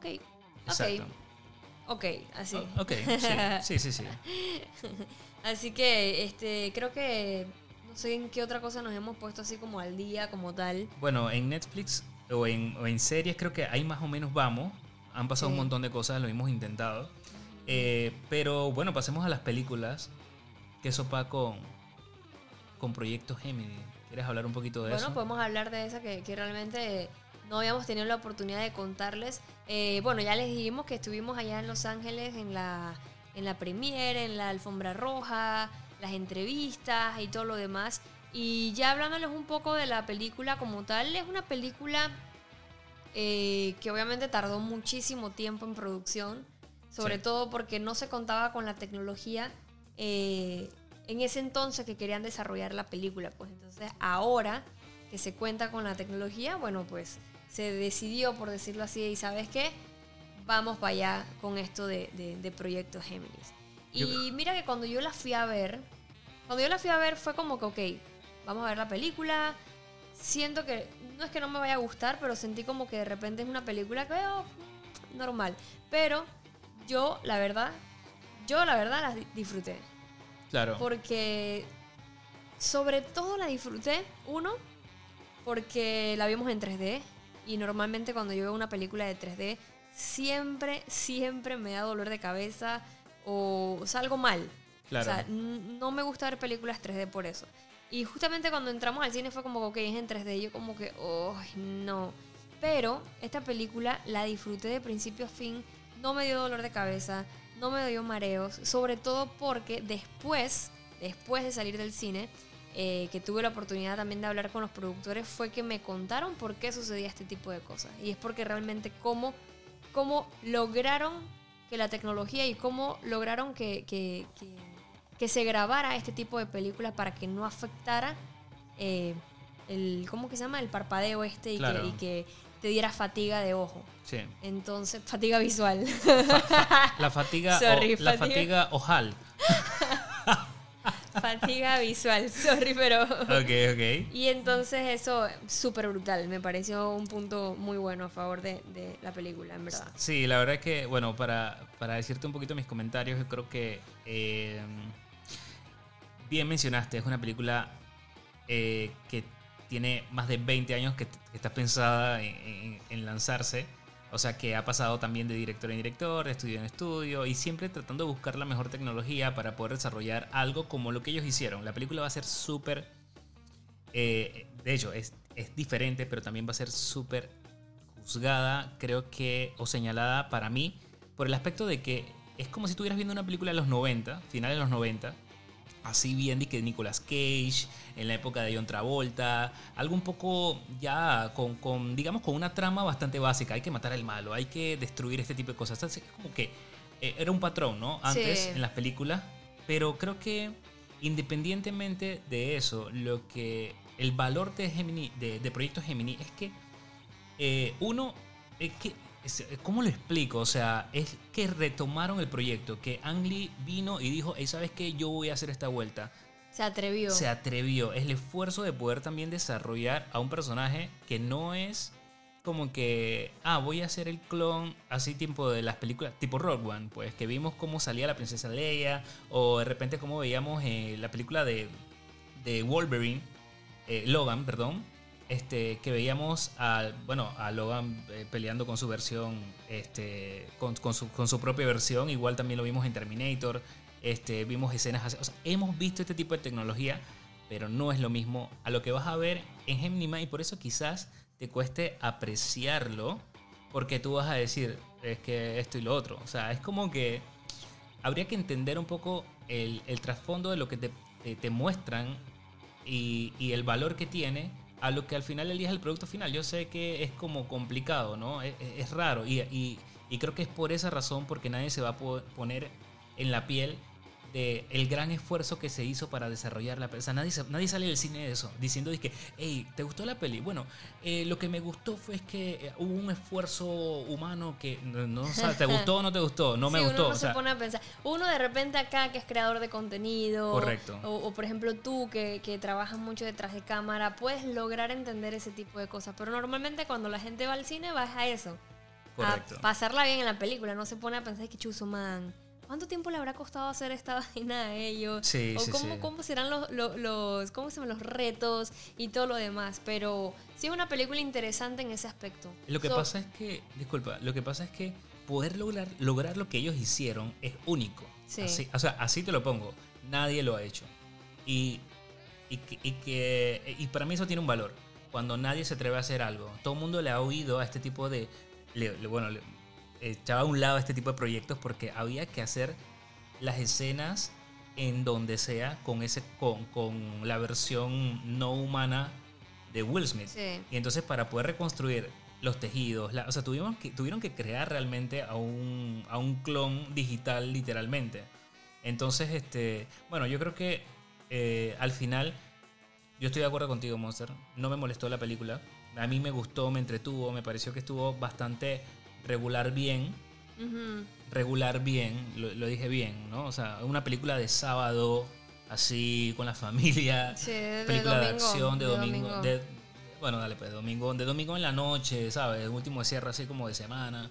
Ok, así. Ok, sí. Así que, creo que, no sé en qué otra cosa nos hemos puesto así como al día, como tal. Bueno, en Netflix o en series creo que ahí más o menos vamos. Han pasado un montón de cosas, lo hemos intentado. Pero bueno, pasemos a las películas. ¿Qué sopa con Proyecto Gemini? ¿Quieres hablar un poquito de eso? Bueno, podemos hablar de esa que realmente no habíamos tenido la oportunidad de contarles. Bueno, ya les dijimos que estuvimos allá en Los Ángeles en la premiere, en la alfombra roja, las entrevistas y todo lo demás. Y ya hablándoles un poco de la película como tal, es una película que obviamente tardó muchísimo tiempo en producción, sobre todo porque no se contaba con la tecnología en ese entonces que querían desarrollar la película. Pues entonces ahora que se cuenta con la tecnología, bueno, pues se decidió, por decirlo así, y ¿sabes qué? Vamos para allá con esto de Proyecto Géminis. Y mira que cuando yo la fui a ver fue como que, ok, vamos a ver la película. Siento que, no es que no me vaya a gustar, pero sentí como que de repente es una película que veo normal. Pero yo la verdad la disfruté. Claro. Porque sobre todo la disfruté, porque la vimos en 3D. Y normalmente cuando yo veo una película de 3D, siempre me da dolor de cabeza o salgo mal. Claro. O sea, no me gusta ver películas 3D por eso. Y justamente cuando entramos al cine fue como que, ok, es en 3D. Y yo como que, no. Pero esta película la disfruté de principio a fin. No me dio dolor de cabeza, no me dio mareos. Sobre todo porque después de salir del cine, que tuve la oportunidad también de hablar con los productores, fue que me contaron por qué sucedía este tipo de cosas. Y es porque realmente cómo lograron que la tecnología y cómo lograron que se grabara este tipo de películas para que no afectara ¿cómo que se llama? El parpadeo claro. y que te diera fatiga de ojo. Sí. Entonces, fatiga visual. La fatiga, Sorry, la fatiga ojal. Fatiga visual, sorry, pero... Ok. Y entonces eso, súper brutal. Me pareció un punto muy bueno a favor de la película, en verdad. Sí, la verdad es que, bueno, para decirte un poquito mis comentarios, yo creo que bien mencionaste, es una película que tiene más de 20 años que está pensada en lanzarse. O sea, que ha pasado también de director en director, de estudio en estudio, y siempre tratando de buscar la mejor tecnología para poder desarrollar algo como lo que ellos hicieron. La película va a ser súper... de hecho, es diferente, pero también va a ser súper juzgada, creo que, o señalada para mí, por el aspecto de que es como si estuvieras viendo una película de los 90, finales de los 90, así bien de que Nicolas Cage, en la época de John Travolta, algo un poco ya digamos, con una trama bastante básica. Hay que matar al malo, hay que destruir este tipo de cosas. Es como que era un patrón, ¿no? Antes, Sí. en las películas, pero creo que independientemente de eso, el valor de Proyecto Gemini es que uno, ¿cómo lo explico? O sea, es que retomaron el proyecto, que Ang Lee vino y dijo, hey, ¿sabes qué? Yo voy a hacer esta vuelta. Se atrevió. Se atrevió. Es el esfuerzo de poder también desarrollar a un personaje que no es como que, voy a hacer el clon así tipo de las películas, tipo Rogue One, pues, que vimos cómo salía la princesa Leia, o de repente cómo veíamos la película de Wolverine, Logan, perdón, que veíamos a Logan peleando con su versión, con su propia versión. Igual también lo vimos en Terminator. Vimos escenas así. O sea, hemos visto este tipo de tecnología, pero no es lo mismo a lo que vas a ver en Gemini, y por eso quizás te cueste apreciarlo, porque tú vas a decir, es que esto y lo otro. O sea, es como que habría que entender un poco el trasfondo de lo que te muestran y el valor que tiene a lo que al final del día es el producto final. Yo sé que es como complicado, ¿no? Es raro, y creo que es por esa razón porque nadie se va a poner en la piel de el gran esfuerzo que se hizo para desarrollar la peli. O sea, nadie sale del cine de eso diciendo que, hey, ¿te gustó la peli? Bueno, lo que me gustó fue que hubo un esfuerzo humano que no, o sea, ¿te gustó o no te gustó? No me gustó. Uno no se pone a pensar. Uno de repente acá que es creador de contenido. Correcto. O por ejemplo tú que trabajas mucho detrás de cámara, puedes lograr entender ese tipo de cosas. Pero normalmente cuando la gente va al cine vas a eso. Correcto. A pasarla bien en la película. No se pone a pensar que chuzo, man. ¿Cuánto tiempo le habrá costado hacer esta vaina a ellos? Sí, o sí, cómo serán ¿cómo se llaman? Los retos y todo lo demás. Pero sí es una película interesante en ese aspecto. Lo que pasa es que, disculpa, lo que pasa es que poder lograr lo que ellos hicieron es único. Sí. Así te lo pongo. Nadie lo ha hecho. Y para mí eso tiene un valor. Cuando nadie se atreve a hacer algo. Todo el mundo le ha oído a este tipo de... echaba a un lado este tipo de proyectos porque había que hacer las escenas en donde sea con la versión no humana de Will Smith. Sí. Y entonces para poder reconstruir los tejidos, o sea, tuvieron que crear realmente a un clon digital literalmente. Entonces, yo creo que al final yo estoy de acuerdo contigo, Monster. No me molestó la película. A mí me gustó, me entretuvo, me pareció que estuvo bastante regular bien. Uh-huh. Regular bien, lo dije bien, ¿no? O sea, una película de sábado, así, con la familia. Sí, película domingo, de acción de domingo. domingo. Bueno, dale, pues, de domingo en la noche, ¿sabes? El último cierre así como de semana.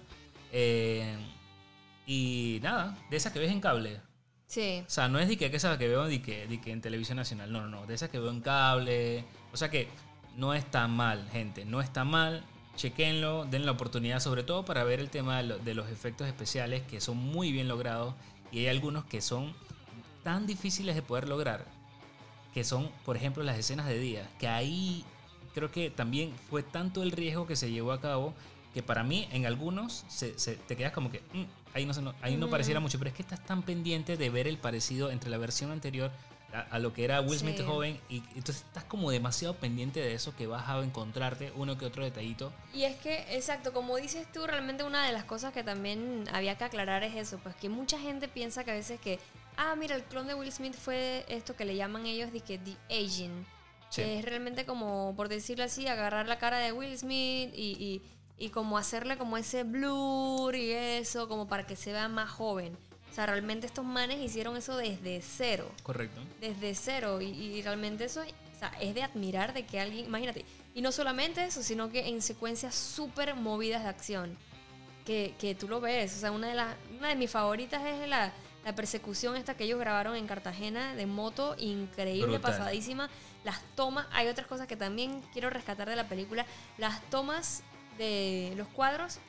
Y nada, de esas que ves en cable. Sí. O sea, no es de que esa que veo de que en televisión nacional. No. De esas que veo en cable. O sea que no está mal, gente. No está mal. Chequenlo, den la oportunidad, sobre todo para ver el tema de los efectos especiales, que son muy bien logrados. Y hay algunos que son tan difíciles de poder lograr, que son, por ejemplo, las escenas de día. Que ahí creo que también fue tanto el riesgo que se llevó a cabo, que para mí en algunos te quedas como que ahí no pareciera mucho, pero es que estás tan pendiente de ver el parecido entre la versión anterior a lo que era Will Smith joven, y entonces estás como demasiado pendiente de eso que vas a encontrarte uno que otro detallito. Y es que, exacto, como dices tú, realmente una de las cosas que también había que aclarar es eso, pues que mucha gente piensa que a veces que, mira, el clon de Will Smith fue esto que le llaman ellos de que de aging. Sí. Que es realmente como, por decirlo así, agarrar la cara de Will Smith y y como hacerle como ese blur y eso, como para que se vea más joven. O sea, realmente estos manes hicieron eso desde cero. Correcto. Desde cero. Y realmente eso, o sea, es de admirar de que alguien, imagínate. Y no solamente eso, sino que en secuencias súper movidas de acción. Que tú lo ves. O sea, una de mis favoritas es la persecución esta que ellos grabaron en Cartagena de moto. Increíble, brutal. pasadísima. Las tomas, hay otras cosas que también quiero rescatar de la película. Las tomas de los cuadros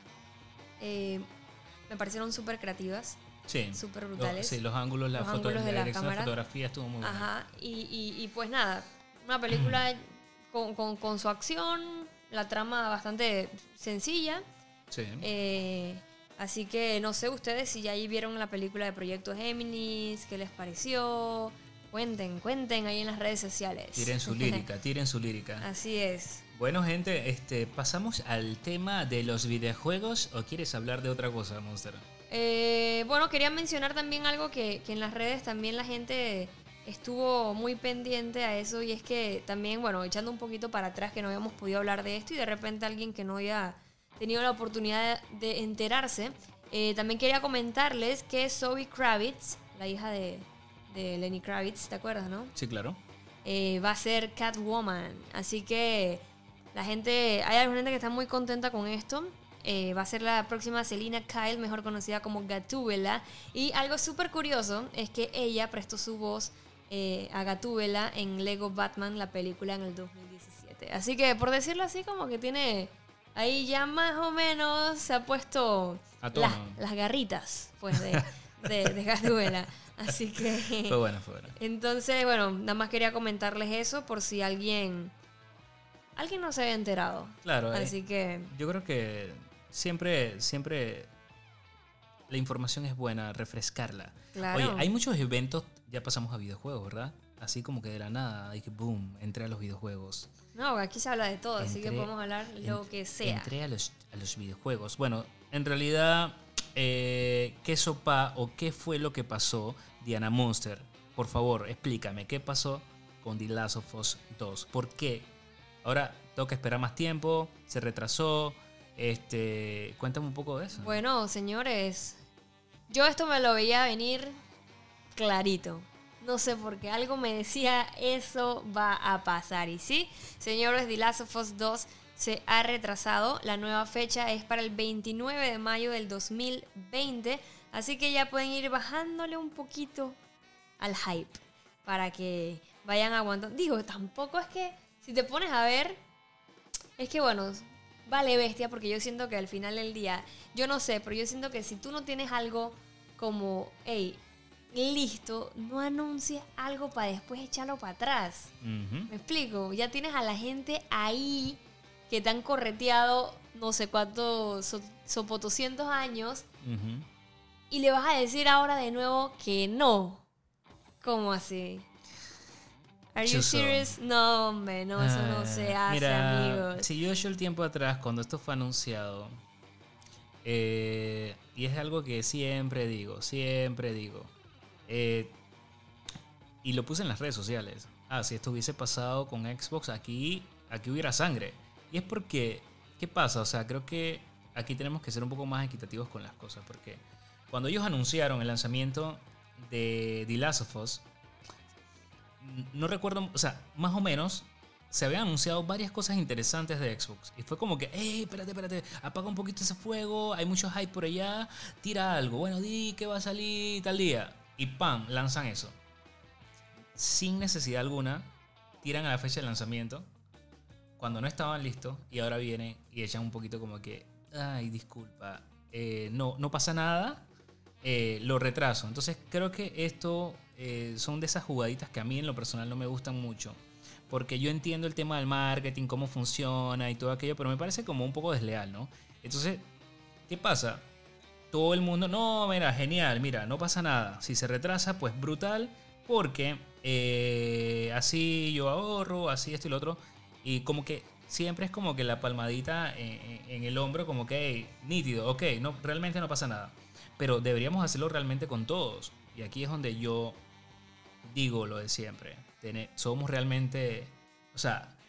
me parecieron súper creativas. Sí. Súper brutales. Sí, los ángulos, la ángulos de la dirección de cámara. la fotografía estuvo muy buena. Ajá, y pues nada, una película con su acción, la trama bastante sencilla. Sí. Así que no sé ustedes si ya ahí vieron la película de Proyecto Géminis, qué les pareció. Cuenten ahí en las redes sociales. Tiren su lírica. Así es. Bueno, gente, pasamos al tema de los videojuegos, ¿o quieres hablar de otra cosa, Monster? Bueno, quería mencionar también algo que en las redes también la gente estuvo muy pendiente a eso, y es que también, bueno, echando un poquito para atrás, que no habíamos podido hablar de esto y de repente alguien que no había tenido la oportunidad de enterarse, también quería comentarles que Zoe Kravitz, la hija de Lenny Kravitz, ¿te acuerdas, no? Sí, claro. Va a ser Catwoman, así que hay alguna gente que está muy contenta con esto. Va a ser la próxima Selina Kyle, mejor conocida como Gatúbela. Y algo súper curioso es que ella prestó su voz a Gatúbela en Lego Batman, la película, en el 2017. Así que, por decirlo así, como que tiene... Ahí ya más o menos se ha puesto las garritas, pues, de Gatúbela. Así que... Fue bueno. Entonces, bueno, nada más quería comentarles eso por si alguien no se había enterado. Claro. Así que... Yo creo que siempre la información es buena, refrescarla. Claro. Oye, hay muchos eventos, ya pasamos a videojuegos, ¿verdad? Así como que de la nada, y que boom, entré a los videojuegos. No, aquí se habla de todo, así que podemos hablar lo que sea. Entré a los videojuegos. Bueno, en realidad, ¿qué sopa o qué fue lo que pasó, Diana Monster? Por favor, explícame, ¿qué pasó con The Last of Us 2? ¿Por qué? Ahora tengo que esperar más tiempo, se retrasó. Cuéntame un poco de eso. Bueno, señores, yo esto me lo veía venir clarito. No sé por qué, algo me decía eso va a pasar. Y sí, señores, The Last of Us 2 se ha retrasado. La nueva fecha es para el 29 de mayo del 2020. Así que ya pueden ir bajándole un poquito al hype para que vayan aguantando. Digo, tampoco es que, si te pones a ver, es que bueno, vale bestia, porque yo siento que al final del día, yo no sé, pero yo siento que si tú no tienes algo como, hey, listo, no anuncies algo para después echarlo para atrás. Uh-huh. ¿Me explico? Ya tienes a la gente ahí que te han correteado no sé cuántos, sopotoscientos años, Uh-huh. y le vas a decir ahora de nuevo que no. ¿Cómo así? ¿Are you Chuzo. serious? No, hombre, no, eso no se hace, mira, amigos. Si yo el tiempo atrás, cuando esto fue anunciado, y es algo que siempre digo, y lo puse en las redes sociales. Si esto hubiese pasado con Xbox, aquí hubiera sangre. Y es porque, ¿qué pasa? O sea, creo que aquí tenemos que ser un poco más equitativos con las cosas, porque cuando ellos anunciaron el lanzamiento de The Last of Us, no recuerdo, o sea, más o menos se habían anunciado varias cosas interesantes de Xbox. Y fue como que, hey, espérate, apaga un poquito ese fuego, hay mucho hype por allá, tira algo, bueno, di que va a salir tal día. Y ¡pam!, lanzan eso. Sin necesidad alguna, tiran a la fecha de lanzamiento, cuando no estaban listos, y ahora vienen y echan un poquito como que, ay, disculpa, no pasa nada, lo retraso. Entonces creo que esto son de esas jugaditas que a mí en lo personal no me gustan mucho. Porque yo entiendo el tema del marketing, cómo funciona y todo aquello, pero me parece como un poco desleal, ¿no? Entonces, ¿qué pasa? Todo el mundo, no, mira, genial, mira, no pasa nada. Si se retrasa, pues brutal, porque así yo ahorro, así esto y lo otro. Y como que siempre es como que la palmadita en el hombro, como que, hey, nítido, ok, no, realmente no pasa nada. Pero deberíamos hacerlo realmente con todos. Y aquí es donde yo digo lo de siempre. Somos realmente, o sea,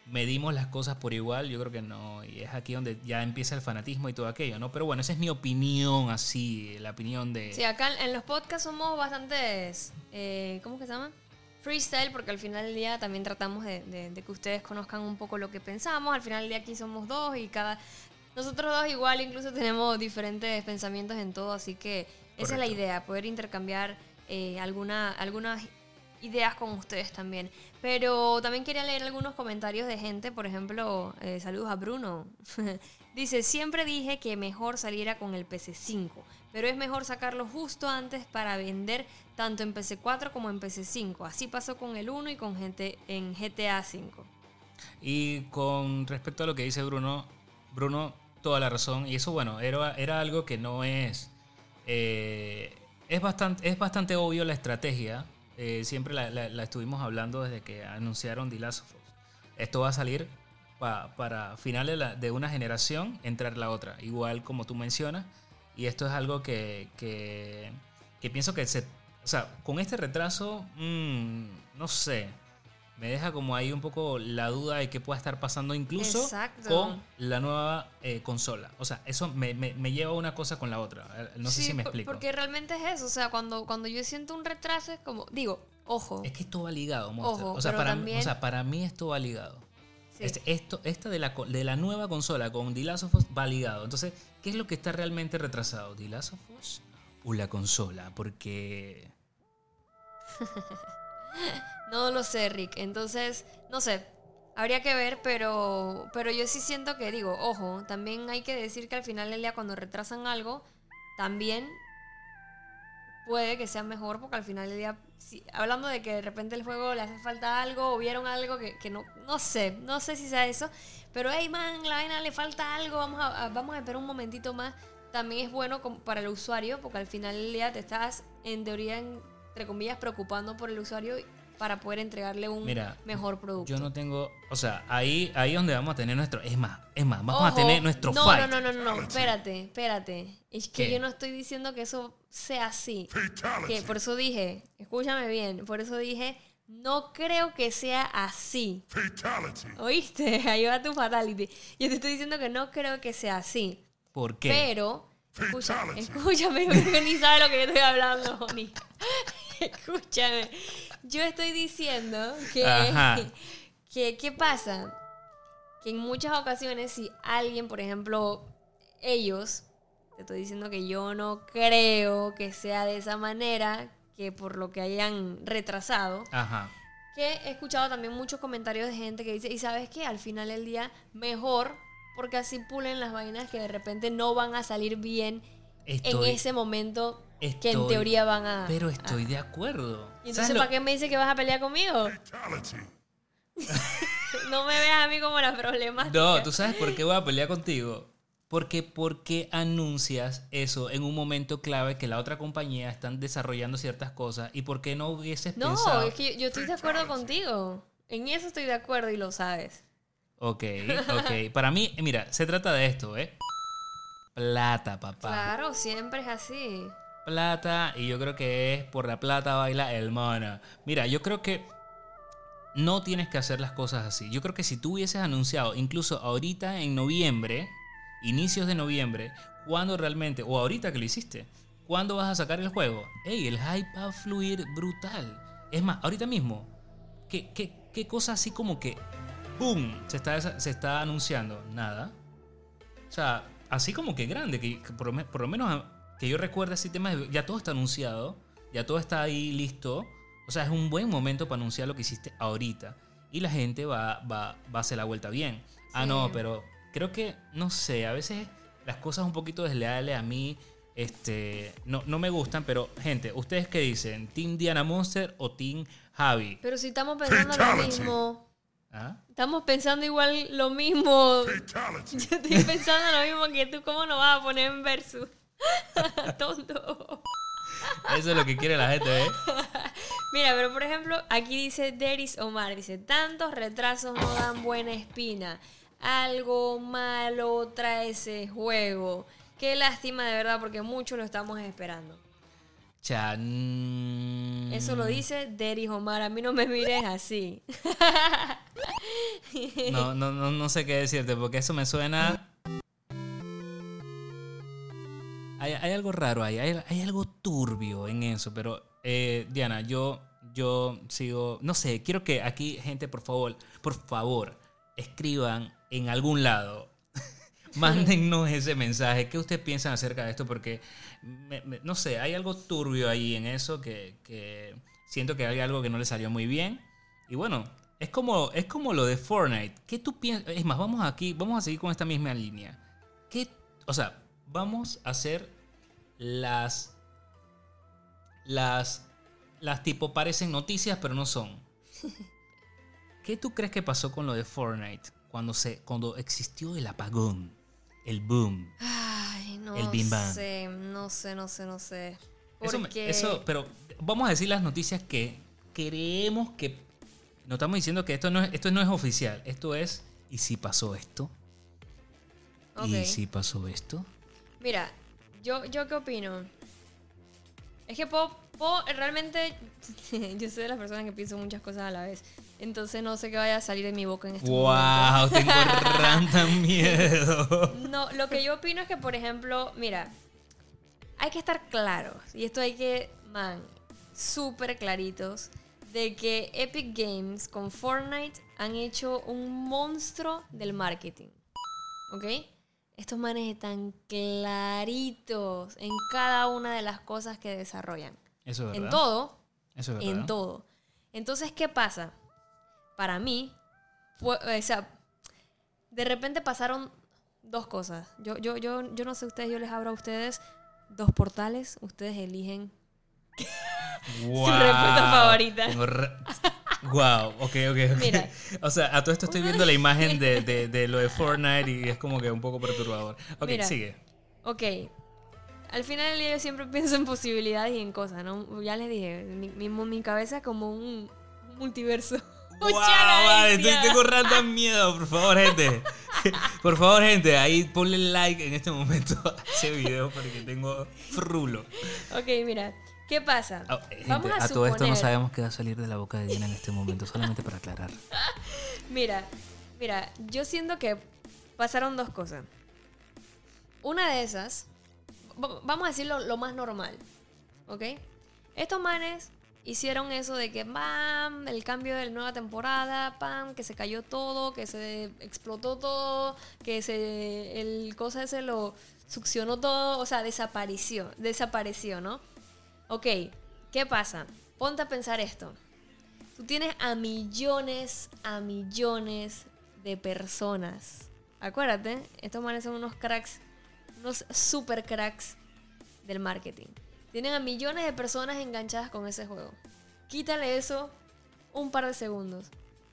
medimos las cosas por igual, yo creo que no. Y es aquí donde ya empieza el fanatismo y todo aquello, ¿no? Pero bueno, esa es mi opinión, así, la opinión de... Sí, acá en los podcasts somos bastantes, ¿cómo que se llama? Freestyle, porque al final del día también tratamos de que ustedes conozcan un poco lo que pensamos. Al final del día aquí somos dos y nosotros dos igual incluso tenemos diferentes pensamientos en todo, así que esa es la idea, poder intercambiar algunas ideas con ustedes también. Pero también quería leer algunos comentarios de gente, por ejemplo, saludos a Bruno. Dice, siempre dije que mejor saliera con el PC5, pero es mejor sacarlo justo antes para vender tanto en PC4 como en PC5. Así pasó con el 1 y con en GTA 5. Y con respecto a lo que dice Bruno, toda la razón. Y eso, bueno, era algo que no es... es bastante obvio la estrategia. Siempre la estuvimos hablando desde que anunciaron The Last of Us. Esto va a salir para finales de una generación, entrar la otra. Igual como tú mencionas. Y esto es algo que pienso que o sea, con este retraso, no sé, me deja como ahí un poco la duda de qué pueda estar pasando incluso con la nueva consola. O sea, eso me lleva una cosa con la otra. No sé si me explico. Porque realmente es eso. O sea, cuando yo siento un retraso es como, digo, ojo. Es que esto va ligado, Monster. Ojo, o sea, también, para mí esto va ligado. Sí. Esta de la nueva consola con The Last of Us va ligado. Entonces, ¿qué es lo que está realmente retrasado? ¿The Last of Us o la consola? Porque... No lo sé, Rick. Entonces, no sé. Habría que ver, pero yo sí siento que, digo, ojo, también hay que decir que al final del día cuando retrasan algo, también puede que sea mejor, porque al final del día, hablando de que de repente el juego le hace falta algo o vieron algo que no sé si sea eso, pero hey man, la vaina le falta algo, vamos a esperar un momentito más. También es bueno para el usuario, porque al final del día te estás, en teoría, entre comillas, preocupando por el usuario para poder entregarle un mejor producto. Yo no tengo... O sea, ahí es donde vamos a tener nuestro... Es más, vamos Ojo, a tener nuestro fight. No, espérate. Es que ¿Qué? yo no estoy diciendo que eso sea así. Que por eso dije, escúchame bien, por eso dije, no creo que sea así. ¿Oíste? Ahí va tu fatality. Yo te estoy diciendo que no creo que sea así. ¿Por qué? Pero, escúchame, porque ni sabes lo que yo estoy hablando, Bonnie. Escúchame. Yo estoy diciendo que ¿qué pasa? Que en muchas ocasiones si alguien, por ejemplo, ellos, te estoy diciendo que yo no creo que sea de esa manera, que por lo que hayan retrasado, que he escuchado también muchos comentarios de gente que dice, y sabes qué, al final del día mejor, porque así pulen las vainas que de repente no van a salir bien en ese momento que en teoría van a... Pero estoy de acuerdo. ¿Y entonces para qué me dice que vas a pelear conmigo? No me veas a mí como la problemática. No, ¿tú sabes por qué voy a pelear contigo? Porque anuncias eso en un momento clave que la otra compañía están desarrollando ciertas cosas y por qué no hubieses pensado... No, es que yo estoy de acuerdo contigo. En eso estoy de acuerdo y lo sabes. Ok. Para mí, mira, se trata de esto, ¿eh? Plata, papá. Claro, siempre es así. Plata, y yo creo que es por la plata baila el mono. Mira, yo creo que no tienes que hacer las cosas así. Yo creo que si tú hubieses anunciado, incluso ahorita en noviembre, inicios de noviembre, cuando realmente, o ahorita que lo hiciste, ¿cuándo vas a sacar el juego? Ey, el hype va a fluir brutal. Es más, ahorita mismo, ¿qué cosa así como que ¡boom! Se está anunciando? Nada. O sea, así como que grande, que por lo menos que yo recuerde así temas, ya todo está anunciado, ya todo está ahí listo. O sea, es un buen momento para anunciar lo que hiciste ahorita. Y la gente va a hacer la vuelta bien. Sí. Ah, no, pero creo que, no sé, a veces las cosas un poquito desleales a mí no me gustan. Pero, gente, ¿ustedes qué dicen? ¿Team Diana Monster o Team Javi? Pero si estamos pensando lo mismo. ¿Ah? Estamos pensando igual lo mismo. Yo estoy pensando lo mismo que tú. ¿Cómo no vas a poner en versus? Tonto. Eso es lo que quiere la gente, ¿eh? Mira, pero por ejemplo, aquí dice Deris Omar, dice, tantos retrasos no dan buena espina. Algo malo trae ese juego. Qué lástima de verdad, porque muchos lo estamos esperando. Eso lo dice Deris Omar. A mí no me mires así. No sé qué decirte, porque eso me suena... Hay algo raro ahí, hay algo turbio en eso, pero Diana, yo sigo... No sé, quiero que aquí, gente, por favor, escriban en algún lado. Mándennos ese mensaje. ¿Qué ustedes piensan acerca de esto? Porque, no sé, hay algo turbio ahí en eso que siento que hay algo que no le salió muy bien. Y bueno, es como lo de Fortnite. ¿Qué tú piensas? Es más, vamos a seguir con esta misma línea. O sea, vamos a hacer las tipo parecen noticias, pero no son. ¿Qué tú crees que pasó con lo de Fortnite cuando existió el apagón, el boom? Ay, no el bim bam. No sé. Pero vamos a decir las noticias que creemos que no estamos diciendo que esto no es oficial. Esto es, ¿y si pasó esto? Okay. ¿Y si pasó esto? Mira, yo qué opino. Es que puedo realmente, yo soy de las personas que pienso muchas cosas a la vez. Entonces no sé qué vaya a salir de mi boca en este momento. ¡Wow! Tengo tan miedo. No, lo que yo opino es que, por ejemplo, mira, hay que estar claros. Y esto hay que, súper claritos. De que Epic Games con Fortnite han hecho un monstruo del marketing. ¿Ok? Estos manes están claritos en cada una de las cosas que desarrollan. Eso es verdad. En todo. Eso es verdad. En todo. Entonces, ¿qué pasa? Para mí, de repente pasaron dos cosas. Yo no sé ustedes, yo les abro a ustedes dos portales. Ustedes eligen wow. su respuesta favorita. Wow, ok. Mira. O sea, a todo esto estoy viendo la imagen de lo de Fortnite y es como que un poco perturbador. Ok, mira, sigue. Ok. Al final del día yo siempre pienso en posibilidades y en cosas, ¿no? Ya les dije, mi cabeza es como un multiverso. Wow, vale, tengo random miedo, por favor, gente. Por favor, gente, ahí ponle like en este momento a ese video porque tengo frulo. Ok, mira, ¿qué pasa? Gente, Vamos a todo esto no suponer... sabemos qué va a salir de la boca de Diana en este momento, solamente para aclarar. Mira, yo siento que pasaron dos cosas. Una de esas, vamos a decirlo lo más normal, ¿ok? Estos manes hicieron eso de que ¡bam! El cambio de la nueva temporada, ¡pam! Que se cayó todo, que se explotó todo, que el cosa ese lo succionó todo, o sea, desapareció, ¿no? Ok, ¿qué pasa? Ponte a pensar esto. Tú tienes a millones de personas. Acuérdate, estos manes son unos cracks, unos super cracks del marketing. Tienen a millones de personas enganchadas con ese juego. Quítale eso un par de segundos.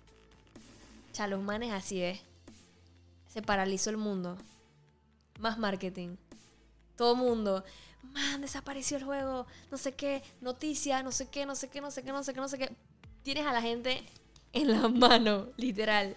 Los manes así es. Se paralizó el mundo. Más marketing. Todo mundo. Desapareció el juego. No sé qué. Noticia. No sé qué. Tienes a la gente en la mano. Literal.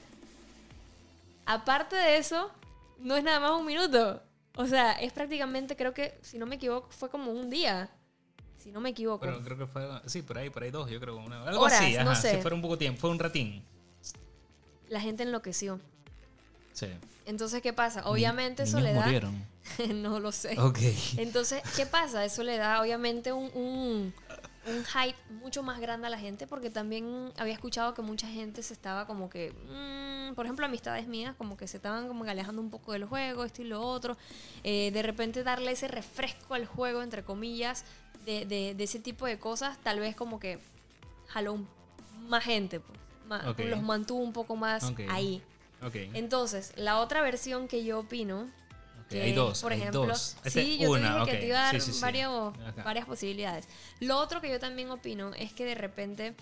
Aparte de eso, no es nada más un minuto. O sea, es prácticamente, creo que, si no me equivoco, fue como un día. Si no me equivoco. Pero creo que fue, sí, por ahí dos, yo creo. Algo horas, así, no sé. Sí, fue un poco tiempo, fue un ratín. La gente enloqueció. Sí. Entonces, ¿qué pasa? Obviamente eso ¿Niños le da... murieron? No lo sé. Ok. Entonces, ¿qué pasa? Eso le da, obviamente, un hype mucho más grande a la gente, porque también había escuchado que mucha gente se estaba como que... por ejemplo, amistades mías como que se estaban como que alejando un poco del juego, esto y lo otro. De repente darle ese refresco al juego, entre comillas, de ese tipo de cosas, tal vez como que jaló más gente, pues. Okay. Los mantuvo un poco más ahí. Okay. Entonces, la otra versión que yo opino... Que, hay dos, por hay ejemplo, dos. Sí, yo te dije que te iba a dar sí. varias posibilidades. Lo otro que yo también opino es que de repente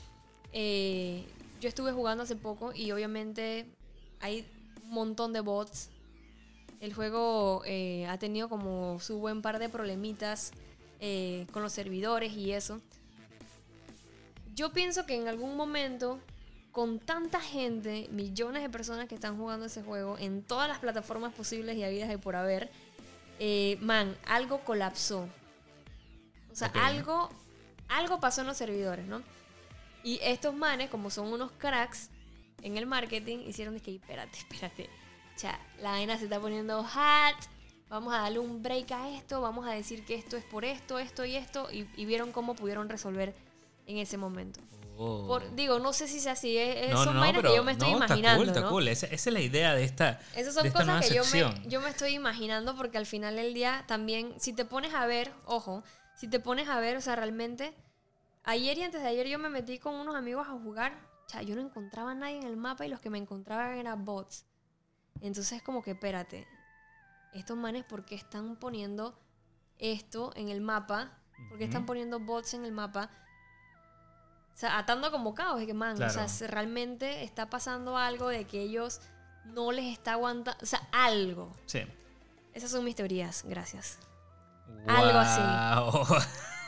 yo estuve jugando hace poco y obviamente hay un montón de bots. El juego ha tenido como su buen par de problemitas con los servidores y eso. Yo pienso que en algún momento, con tanta gente, millones de personas que están jugando ese juego en todas las plataformas posibles y habidas y por haber, algo colapsó. O sea, algo pasó en los servidores, ¿no? Y estos manes, como son unos cracks, en el marketing hicieron de que, espérate. O sea, la vaina se está poniendo hot. Vamos a darle un break a esto. Vamos a decir que esto es por esto y esto. Y vieron cómo pudieron resolver en ese momento. Digo, no sé si sea así. Son vainas que yo me estoy imaginando. Está cool. Esa es la idea de esta. Esas son cosas que yo me estoy imaginando porque al final del día también, si te pones a ver, o sea, realmente, ayer y antes de ayer yo me metí con unos amigos a jugar. O sea, yo no encontraba a nadie en el mapa y los que me encontraban eran bots. Entonces, como que, espérate, estos manes, ¿por qué están poniendo esto en el mapa? ¿Por qué están poniendo bots en el mapa? O sea, atando como cabos, de que, man, claro. O sea, realmente está pasando algo de que ellos no les está aguantando, o sea, algo. Sí. Esas son mis teorías, gracias. Wow. Algo así.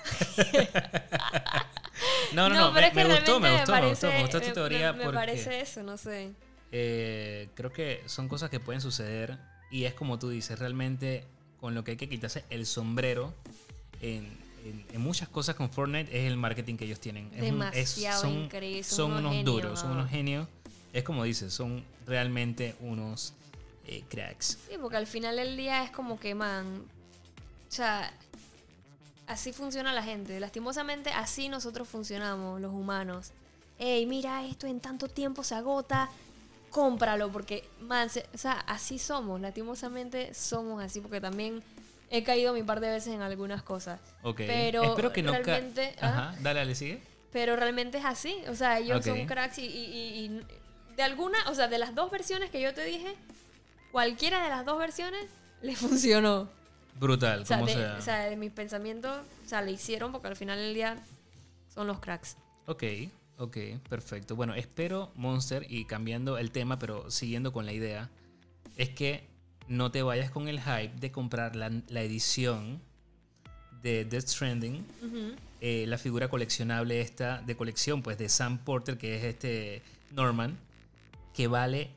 No, pero es que me gustó tu teoría. Me parece eso, no sé. Creo que son cosas que pueden suceder y es como tú dices, realmente con lo que hay que quitarse el sombrero en muchas cosas con Fortnite es el marketing que ellos tienen. Demasiado increíble. Son unos genios, duros, son unos genios. Es como dices, son realmente unos cracks. Sí, porque al final del día es como que, man, o sea, así funciona la gente. Lastimosamente, así nosotros funcionamos, los humanos. Ey, mira, esto en tanto tiempo se agota, cómpralo, porque, man, o sea, así somos. Lastimosamente somos así, porque también he caído mi par de veces en algunas cosas. Ok. Pero espero que no realmente, Ajá, dale, sigue. Pero realmente es así. O sea, ellos son cracks y de alguna, o sea, de las dos versiones que yo te dije, cualquiera de las dos versiones le funcionó. Brutal, como sea. O sea, de mis pensamientos, o sea, le hicieron porque al final del día son los cracks. Ok, perfecto. Bueno, espero, Monster, y cambiando el tema, pero siguiendo con la idea, es que no te vayas con el hype de comprar la edición de Death Stranding, la figura coleccionable esta de colección, pues de Sam Porter, que es este Norman, que vale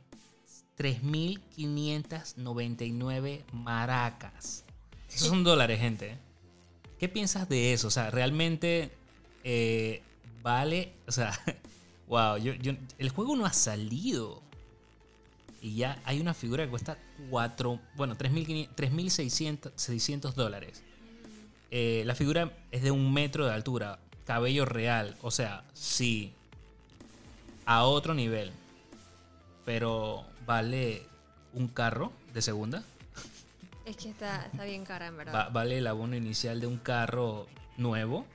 3.599 maracas. Esos son dólares, gente. ¿Qué piensas de eso? O sea, realmente vale, o sea, wow, el juego no ha salido. Y ya hay una figura que cuesta $3.600. La figura es de 1 metro de altura, cabello real, o sea, sí, a otro nivel. Pero vale un carro de segunda. Es que está bien cara, en verdad. Vale el abono inicial de un carro nuevo.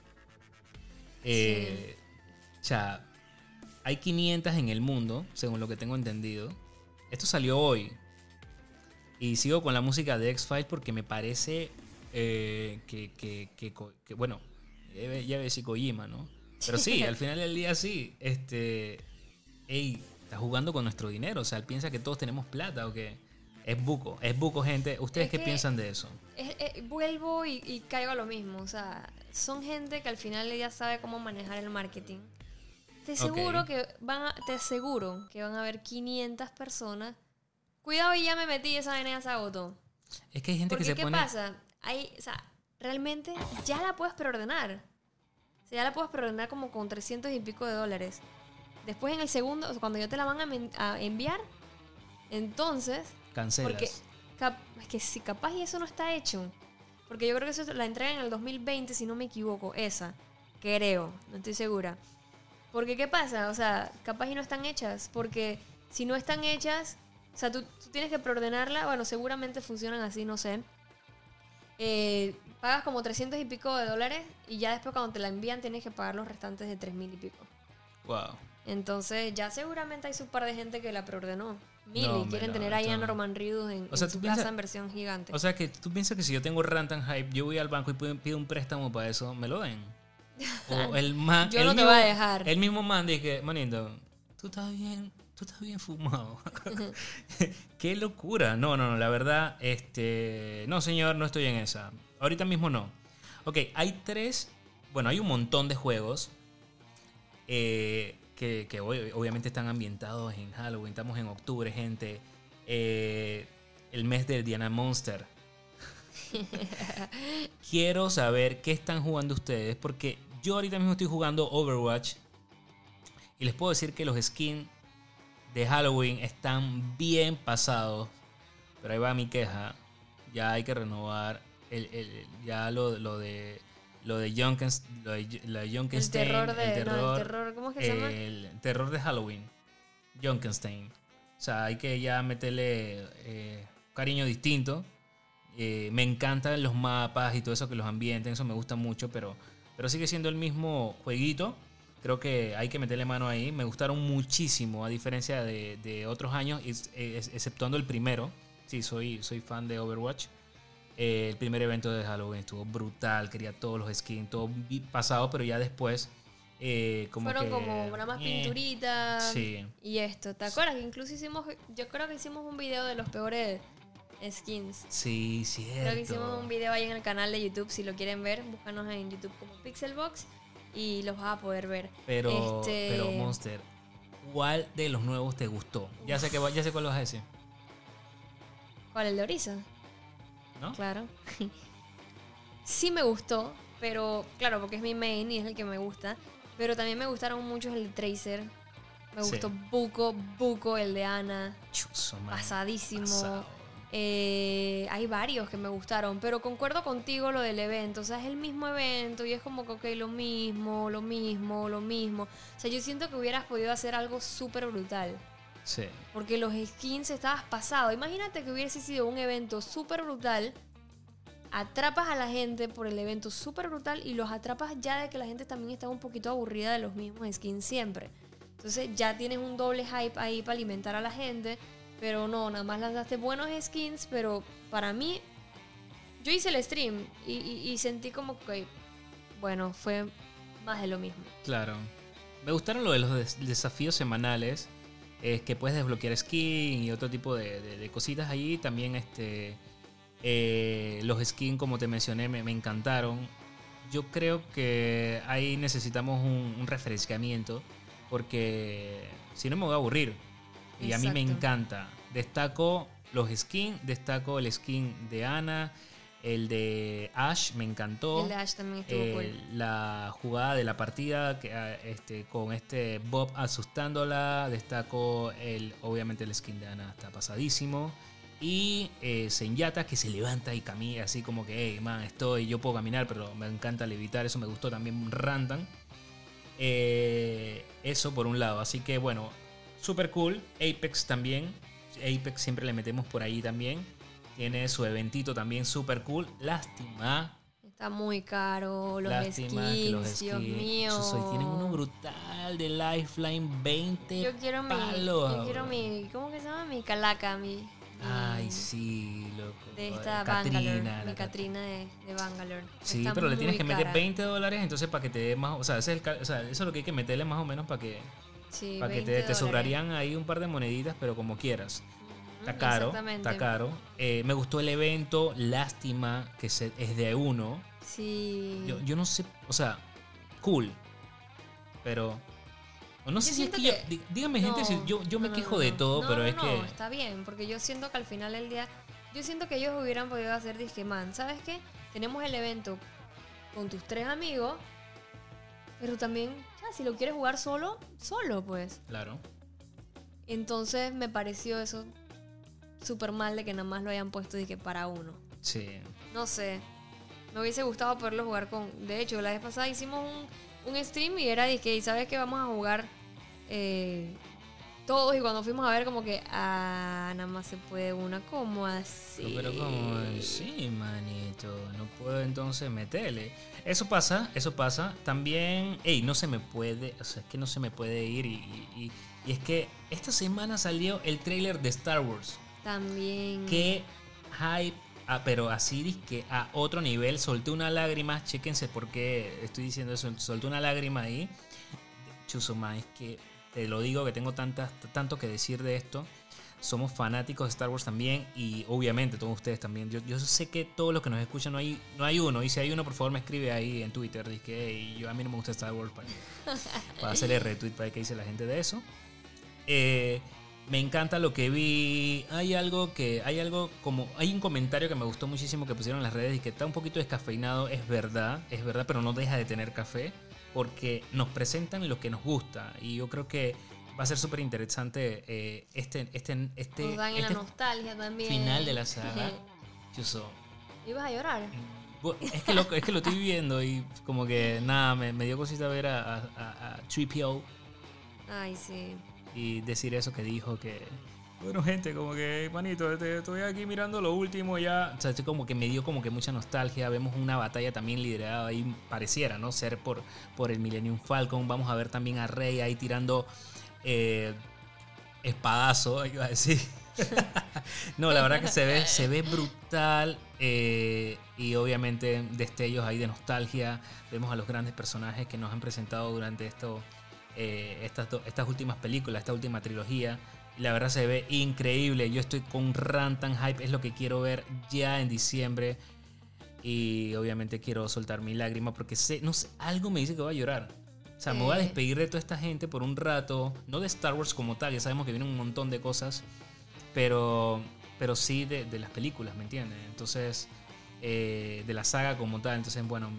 Sí. O sea, hay 500 en el mundo, según lo que tengo entendido. Esto salió hoy. Y sigo con la música de X-Files porque me parece que bueno, ya voy a decir Kojima, ¿no? Pero sí, al final del día sí. Está jugando con nuestro dinero. O sea, él piensa que todos tenemos plata o que es buco, gente. ¿Ustedes qué piensan de eso? Vuelvo y caigo a lo mismo. O sea, son gente que al final ya sabe cómo manejar el marketing. Te aseguro que van a haber 500 personas. Cuidado, y ya me metí, esa vaina ya se agotó. Es que hay gente que se pone... ¿Qué pasa? O sea, realmente ya la puedes preordenar. O sea, ya la puedes preordenar como con 300 y pico de dólares. Después en el segundo, o sea, cuando ya te la van a enviar, entonces... Cancelas. Porque es que si capaz y eso no está hecho. Porque yo creo que eso la entregan en el 2020, si no me equivoco. Esa. Creo. No estoy segura. Porque ¿qué pasa? O sea, capaz y no están hechas. Porque si no están hechas, o sea, tú tienes que preordenarla. Bueno, seguramente funcionan así, no sé. Pagas como 300 y pico de dólares y ya después cuando te la envían tienes que pagar los restantes de 3.000 y pico. Wow. Entonces ya seguramente hay su par de gente que la preordenó. Quieren tener ahí a Norman Reedus en su casa en versión gigante. O sea, que tú piensas que si yo tengo Rantan Hype, yo voy al banco y pido un préstamo para eso, ¿me lo den? O el man, yo no te voy a dejar. El mismo man dice, manito, tú estás bien fumado. Qué locura. No, la verdad, no, señor, no estoy en esa. Ahorita mismo no. Ok, hay un montón de juegos que obviamente están ambientados en Halloween. Estamos en octubre, gente. El mes de Diana Monster. Quiero saber qué están jugando ustedes, porque yo ahorita mismo estoy jugando Overwatch y les puedo decir que los skins de Halloween están bien pasados. Pero ahí va mi queja. Ya hay que renovar ya lo de Junkenstein. El terror ¿cómo es que se llama? El terror de Halloween. Junkenstein. O sea, hay que ya meterle cariño distinto. Me encantan los mapas y todo eso, que los ambienten, eso me gusta mucho, pero sigue siendo el mismo jueguito. Creo que hay que meterle mano ahí. Me gustaron muchísimo, a diferencia de otros años, exceptuando el primero. Sí, soy fan de Overwatch. El primer evento de Halloween estuvo brutal, quería todos los skins, todo pasado, pero ya después fueron como nada más pinturitas. Sí. Y esto, ¿te acuerdas? Que incluso yo creo que hicimos un video de los peores skins. Sí, cierto. Creo que hicimos un video ahí en el canal de YouTube, si lo quieren ver, búscanos en YouTube como Pixelbox y los vas a poder ver. Pero Monster, ¿cuál de los nuevos te gustó? Ya sé cuál vas a decir. ¿Cuál? ¿El de Orisa? ¿No? Claro. Sí me gustó, pero claro, porque es mi main y es el que me gusta. Pero también me gustaron mucho el de Tracer. Me gustó Buco, el de Ana. Chuzo, man. Pasadísimo. Pasado. Hay varios que me gustaron, pero concuerdo contigo lo del evento. O sea, es el mismo evento y es como que, ok, lo mismo. O sea, yo siento que hubieras podido hacer algo súper brutal. Sí. Porque los skins estabas pasado. Imagínate que hubiese sido un evento súper brutal. Atrapas a la gente por el evento súper brutal y los atrapas ya de que la gente también está un poquito aburrida de los mismos skins siempre. Entonces ya tienes un doble hype ahí para alimentar a la gente. Pero no, nada más lanzaste buenos skins. Pero para mí, yo hice el stream y sentí como que, bueno, fue más de lo mismo. Claro. Me gustaron lo de los desafíos semanales. Que puedes desbloquear skin y otro tipo de cositas allí. También los skins, como te mencioné, me encantaron. Yo creo que ahí necesitamos un refrescamiento, porque si no me voy a aburrir. Y exacto. A mí me encanta. Destaco los skins, destaco el skin de Ana, el de Ash, me encantó. El de Ash también estuvo cool. La jugada de la partida con Bob asustándola. Destaco obviamente el skin de Ana, está pasadísimo. Y Zenyatta, que se levanta y camina así como que, hey man, yo puedo caminar, pero me encanta levitar. Eso me gustó también. Rantan. Eso por un lado. Así que bueno, super cool. Apex también. Apex siempre le metemos por ahí también. Tiene su eventito también super cool. Lástima. Está muy caro. Los skins, Dios mío. Tienen uno brutal de Lifeline, 20 Yo quiero mi ¿cómo que se llama? Mi calaca, Ay, sí, loco. De esta Bangalore. Mi Catrina de Bangalore. Sí, pero le tienes que meter $20, entonces para que te dé más. O sea, eso es lo que hay que meterle más o menos para que. Sí, para que te sobrarían ahí un par de moneditas, pero como quieras. Está caro. Está caro. Me gustó el evento. Lástima que es de uno. Sí. Yo no sé. O sea, cool. Pero. O no sé si es que dígame, gente, si yo me quejo de todo, pero es que. No, está bien, porque yo siento que al final del día. Yo siento que ellos hubieran podido hacer disque, man, ¿sabes qué? Tenemos el evento con tus 3 amigos, pero también, si lo quieres jugar solo, pues. Claro. Entonces me pareció eso súper mal de que nada más lo hayan puesto disque para uno. Sí. No sé. Me hubiese gustado poderlo jugar con. De hecho, la vez pasada hicimos un stream y era disque, y sabes que vamos a jugar todos, y cuando fuimos a ver como que nada más se puede una, como así. Pero como así, manito, no puedo entonces meterle. Eso pasa. También, no se me puede, o sea, es que no se me puede ir y es que esta semana salió el tráiler de Star Wars. También. Qué hype. Pero así disque a otro nivel. Solté una lágrima. Chéquense por qué estoy diciendo eso. Solté una lágrima ahí. Chusoma, es que te lo digo que tengo tanto que decir de esto. Somos fanáticos de Star Wars también. Y obviamente todos ustedes también. Yo sé que todos los que nos escuchan no hay uno. Y si hay uno, por favor me escribe ahí en Twitter. Dice que a mí no me gusta Star Wars. Para hacerle retweet para que dice la gente de eso. Me encanta lo que vi. Hay un comentario que me gustó muchísimo que pusieron en las redes y que está un poquito descafeinado. Es verdad, pero no deja de tener café, porque nos presentan lo que nos gusta. Y yo creo que va a ser súper interesante Nos dan en la nostalgia también. final de la saga. Chuso. ¿Ibas a llorar? Es que lo estoy viendo y como que nada, me dio cosita ver a 3PO. Ay, sí. Y decir eso que dijo que... Bueno, gente, como que, manito, estoy aquí mirando lo último ya. O sea, como que me dio como que mucha nostalgia. Vemos una batalla también liderada ahí, pareciera, ¿no? Ser por el Millennium Falcon. Vamos a ver también a Rey ahí tirando espadazo, iba a decir. No, la verdad que se ve brutal. Y obviamente destellos ahí de nostalgia. Vemos a los grandes personajes que nos han presentado durante estas últimas películas, esta última trilogía. Y la verdad se ve increíble. Yo estoy con tan hype. Es lo que quiero ver ya en diciembre. Y obviamente quiero soltar mi lágrima porque no sé, algo me dice que voy a llorar. O sea, me voy a despedir de toda esta gente por un rato. No de Star Wars como tal, ya sabemos que vienen un montón de cosas. Pero sí de las películas, ¿me entiendes? Entonces, de la saga como tal. Entonces, bueno,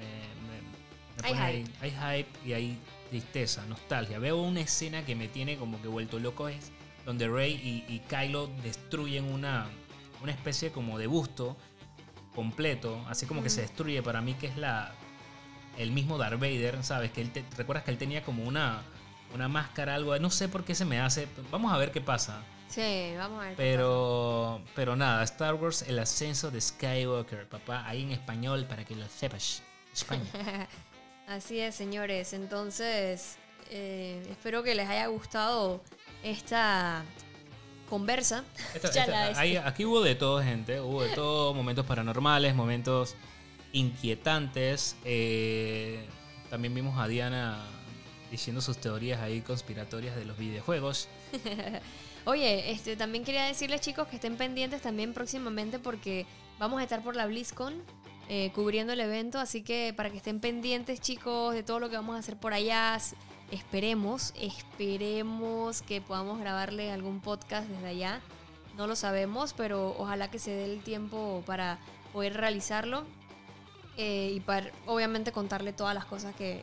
hay hype y hay tristeza, nostalgia. Veo una escena que me tiene como que vuelto loco, es donde Rey y Kylo destruyen una especie como de busto completo, así como que se destruye. Para mí que es el mismo Darth Vader, ¿sabes? Que ¿recuerdas que él tenía como una máscara, algo? No sé por qué se me hace. Vamos a ver qué pasa. Sí, vamos a ver. Pero nada, Star Wars, el ascenso de Skywalker, papá, ahí en español para que lo sepas. España. Así es, señores. Entonces, espero que les haya gustado esta conversa. Aquí hubo de todo, gente. Hubo de todo, momentos paranormales, momentos inquietantes. También vimos a Diana diciendo sus teorías ahí conspiratorias de los videojuegos. Oye, también quería decirles, chicos, que estén pendientes también próximamente porque vamos a estar por la BlizzCon cubriendo el evento, así que para que estén pendientes, chicos, de todo lo que vamos a hacer por allá. Esperemos que podamos grabarle algún podcast desde allá. No lo sabemos, pero ojalá que se dé el tiempo para poder realizarlo y para, obviamente, contarle todas las cosas que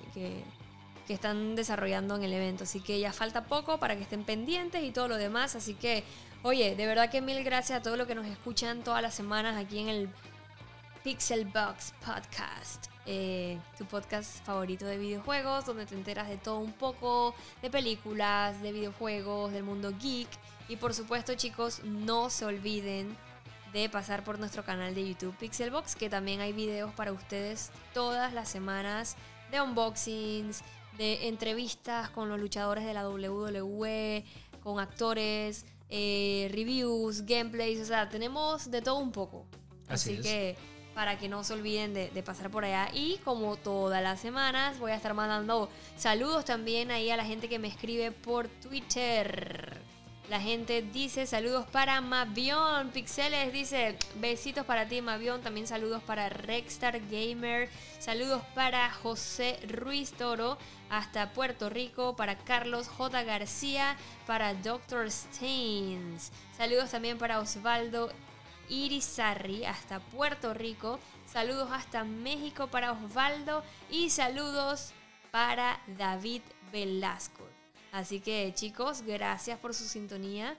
están desarrollando en el evento. Así que ya falta poco para que estén pendientes y todo lo demás. Así que, oye, de verdad que mil gracias a todos los que nos escuchan todas las semanas aquí en el Pixel Box Podcast, tu podcast favorito de videojuegos, donde te enteras de todo un poco, de películas, de videojuegos, del mundo geek. Y por supuesto, chicos, no se olviden de pasar por nuestro canal de YouTube Pixel Box, que también hay videos para ustedes todas las semanas de unboxings, de entrevistas con los luchadores de la WWE, con actores, reviews, gameplays, o sea, tenemos de todo un poco. Así que para que no se olviden de pasar por allá. Y como todas las semanas voy a estar mandando saludos también ahí a la gente que me escribe por Twitter. La gente dice saludos para Mavion Pixeles, dice besitos para ti Mavion, también saludos para Rexstar Gamer, saludos para José Ruiz Toro hasta Puerto Rico, para Carlos J. García, para Dr. Stains, saludos también para Osvaldo Irizarry hasta Puerto Rico, saludos hasta México para Osvaldo y saludos para David Velasco. Así que, chicos, gracias por su sintonía.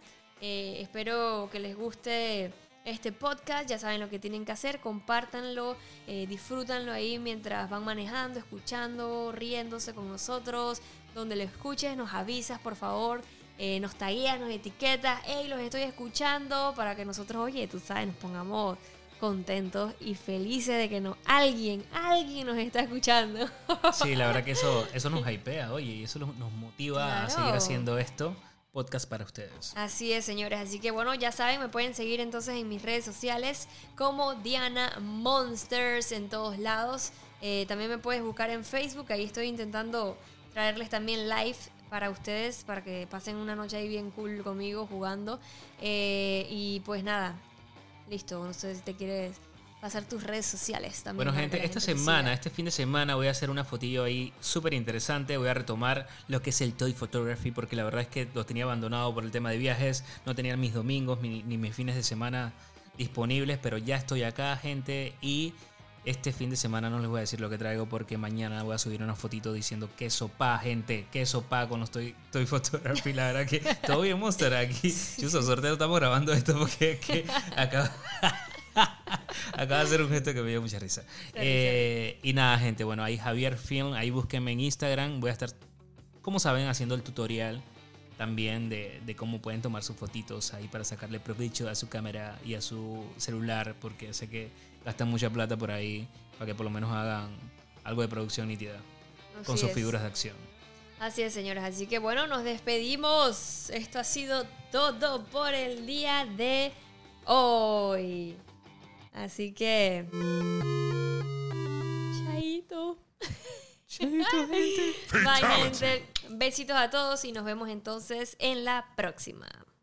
Espero que les guste este podcast. Ya saben lo que tienen que hacer. Compártanlo, disfrútanlo ahí mientras van manejando, escuchando, riéndose con nosotros. Donde lo escuches, nos avisas, por favor. Nos tagueas, nos etiquetas. Hey, los estoy escuchando. Para que nosotros, oye, tú sabes, nos pongamos contentos y felices de que alguien nos está escuchando. Sí, la verdad que eso nos hypea, oye, y eso nos motiva a seguir haciendo esto, podcast para ustedes. Así es, señores, así que bueno, ya saben, me pueden seguir entonces en mis redes sociales como Diana Monsters en todos lados. También me puedes buscar en Facebook, ahí estoy intentando traerles también live para ustedes, para que pasen una noche ahí bien cool conmigo jugando. Y pues nada, listo, no sé si te quieres pasar tus redes sociales también. Bueno, gente, este fin de semana voy a hacer una fotillo ahí súper interesante. Voy a retomar lo que es el Toy Photography, porque la verdad es que lo tenía abandonado por el tema de viajes. No tenía mis domingos ni mis fines de semana disponibles, pero ya estoy acá, gente. Y Este fin de semana no les voy a decir lo que traigo porque mañana voy a subir una fotito diciendo qué sopa, gente, qué sopa cuando estoy fotógrafo. Y la verdad que todo bien mostrar aquí. Chuso, suerte no estamos grabando esto porque es que acaba de hacer un gesto que me dio mucha risa. Y nada, gente, bueno, ahí Javier Film, ahí búsquenme en Instagram. Voy a estar, como saben, haciendo el tutorial también de cómo pueden tomar sus fotitos ahí para sacarle provecho a su cámara y a su celular, porque sé que gastan mucha plata por ahí para que por lo menos hagan algo de producción nítida con sus figuras de acción. Así es, señores. Así que bueno, nos despedimos. Esto ha sido todo por el día de hoy. Así que... Chaito. Chaito, gente. Bye, gente. Besitos a todos y nos vemos entonces en la próxima.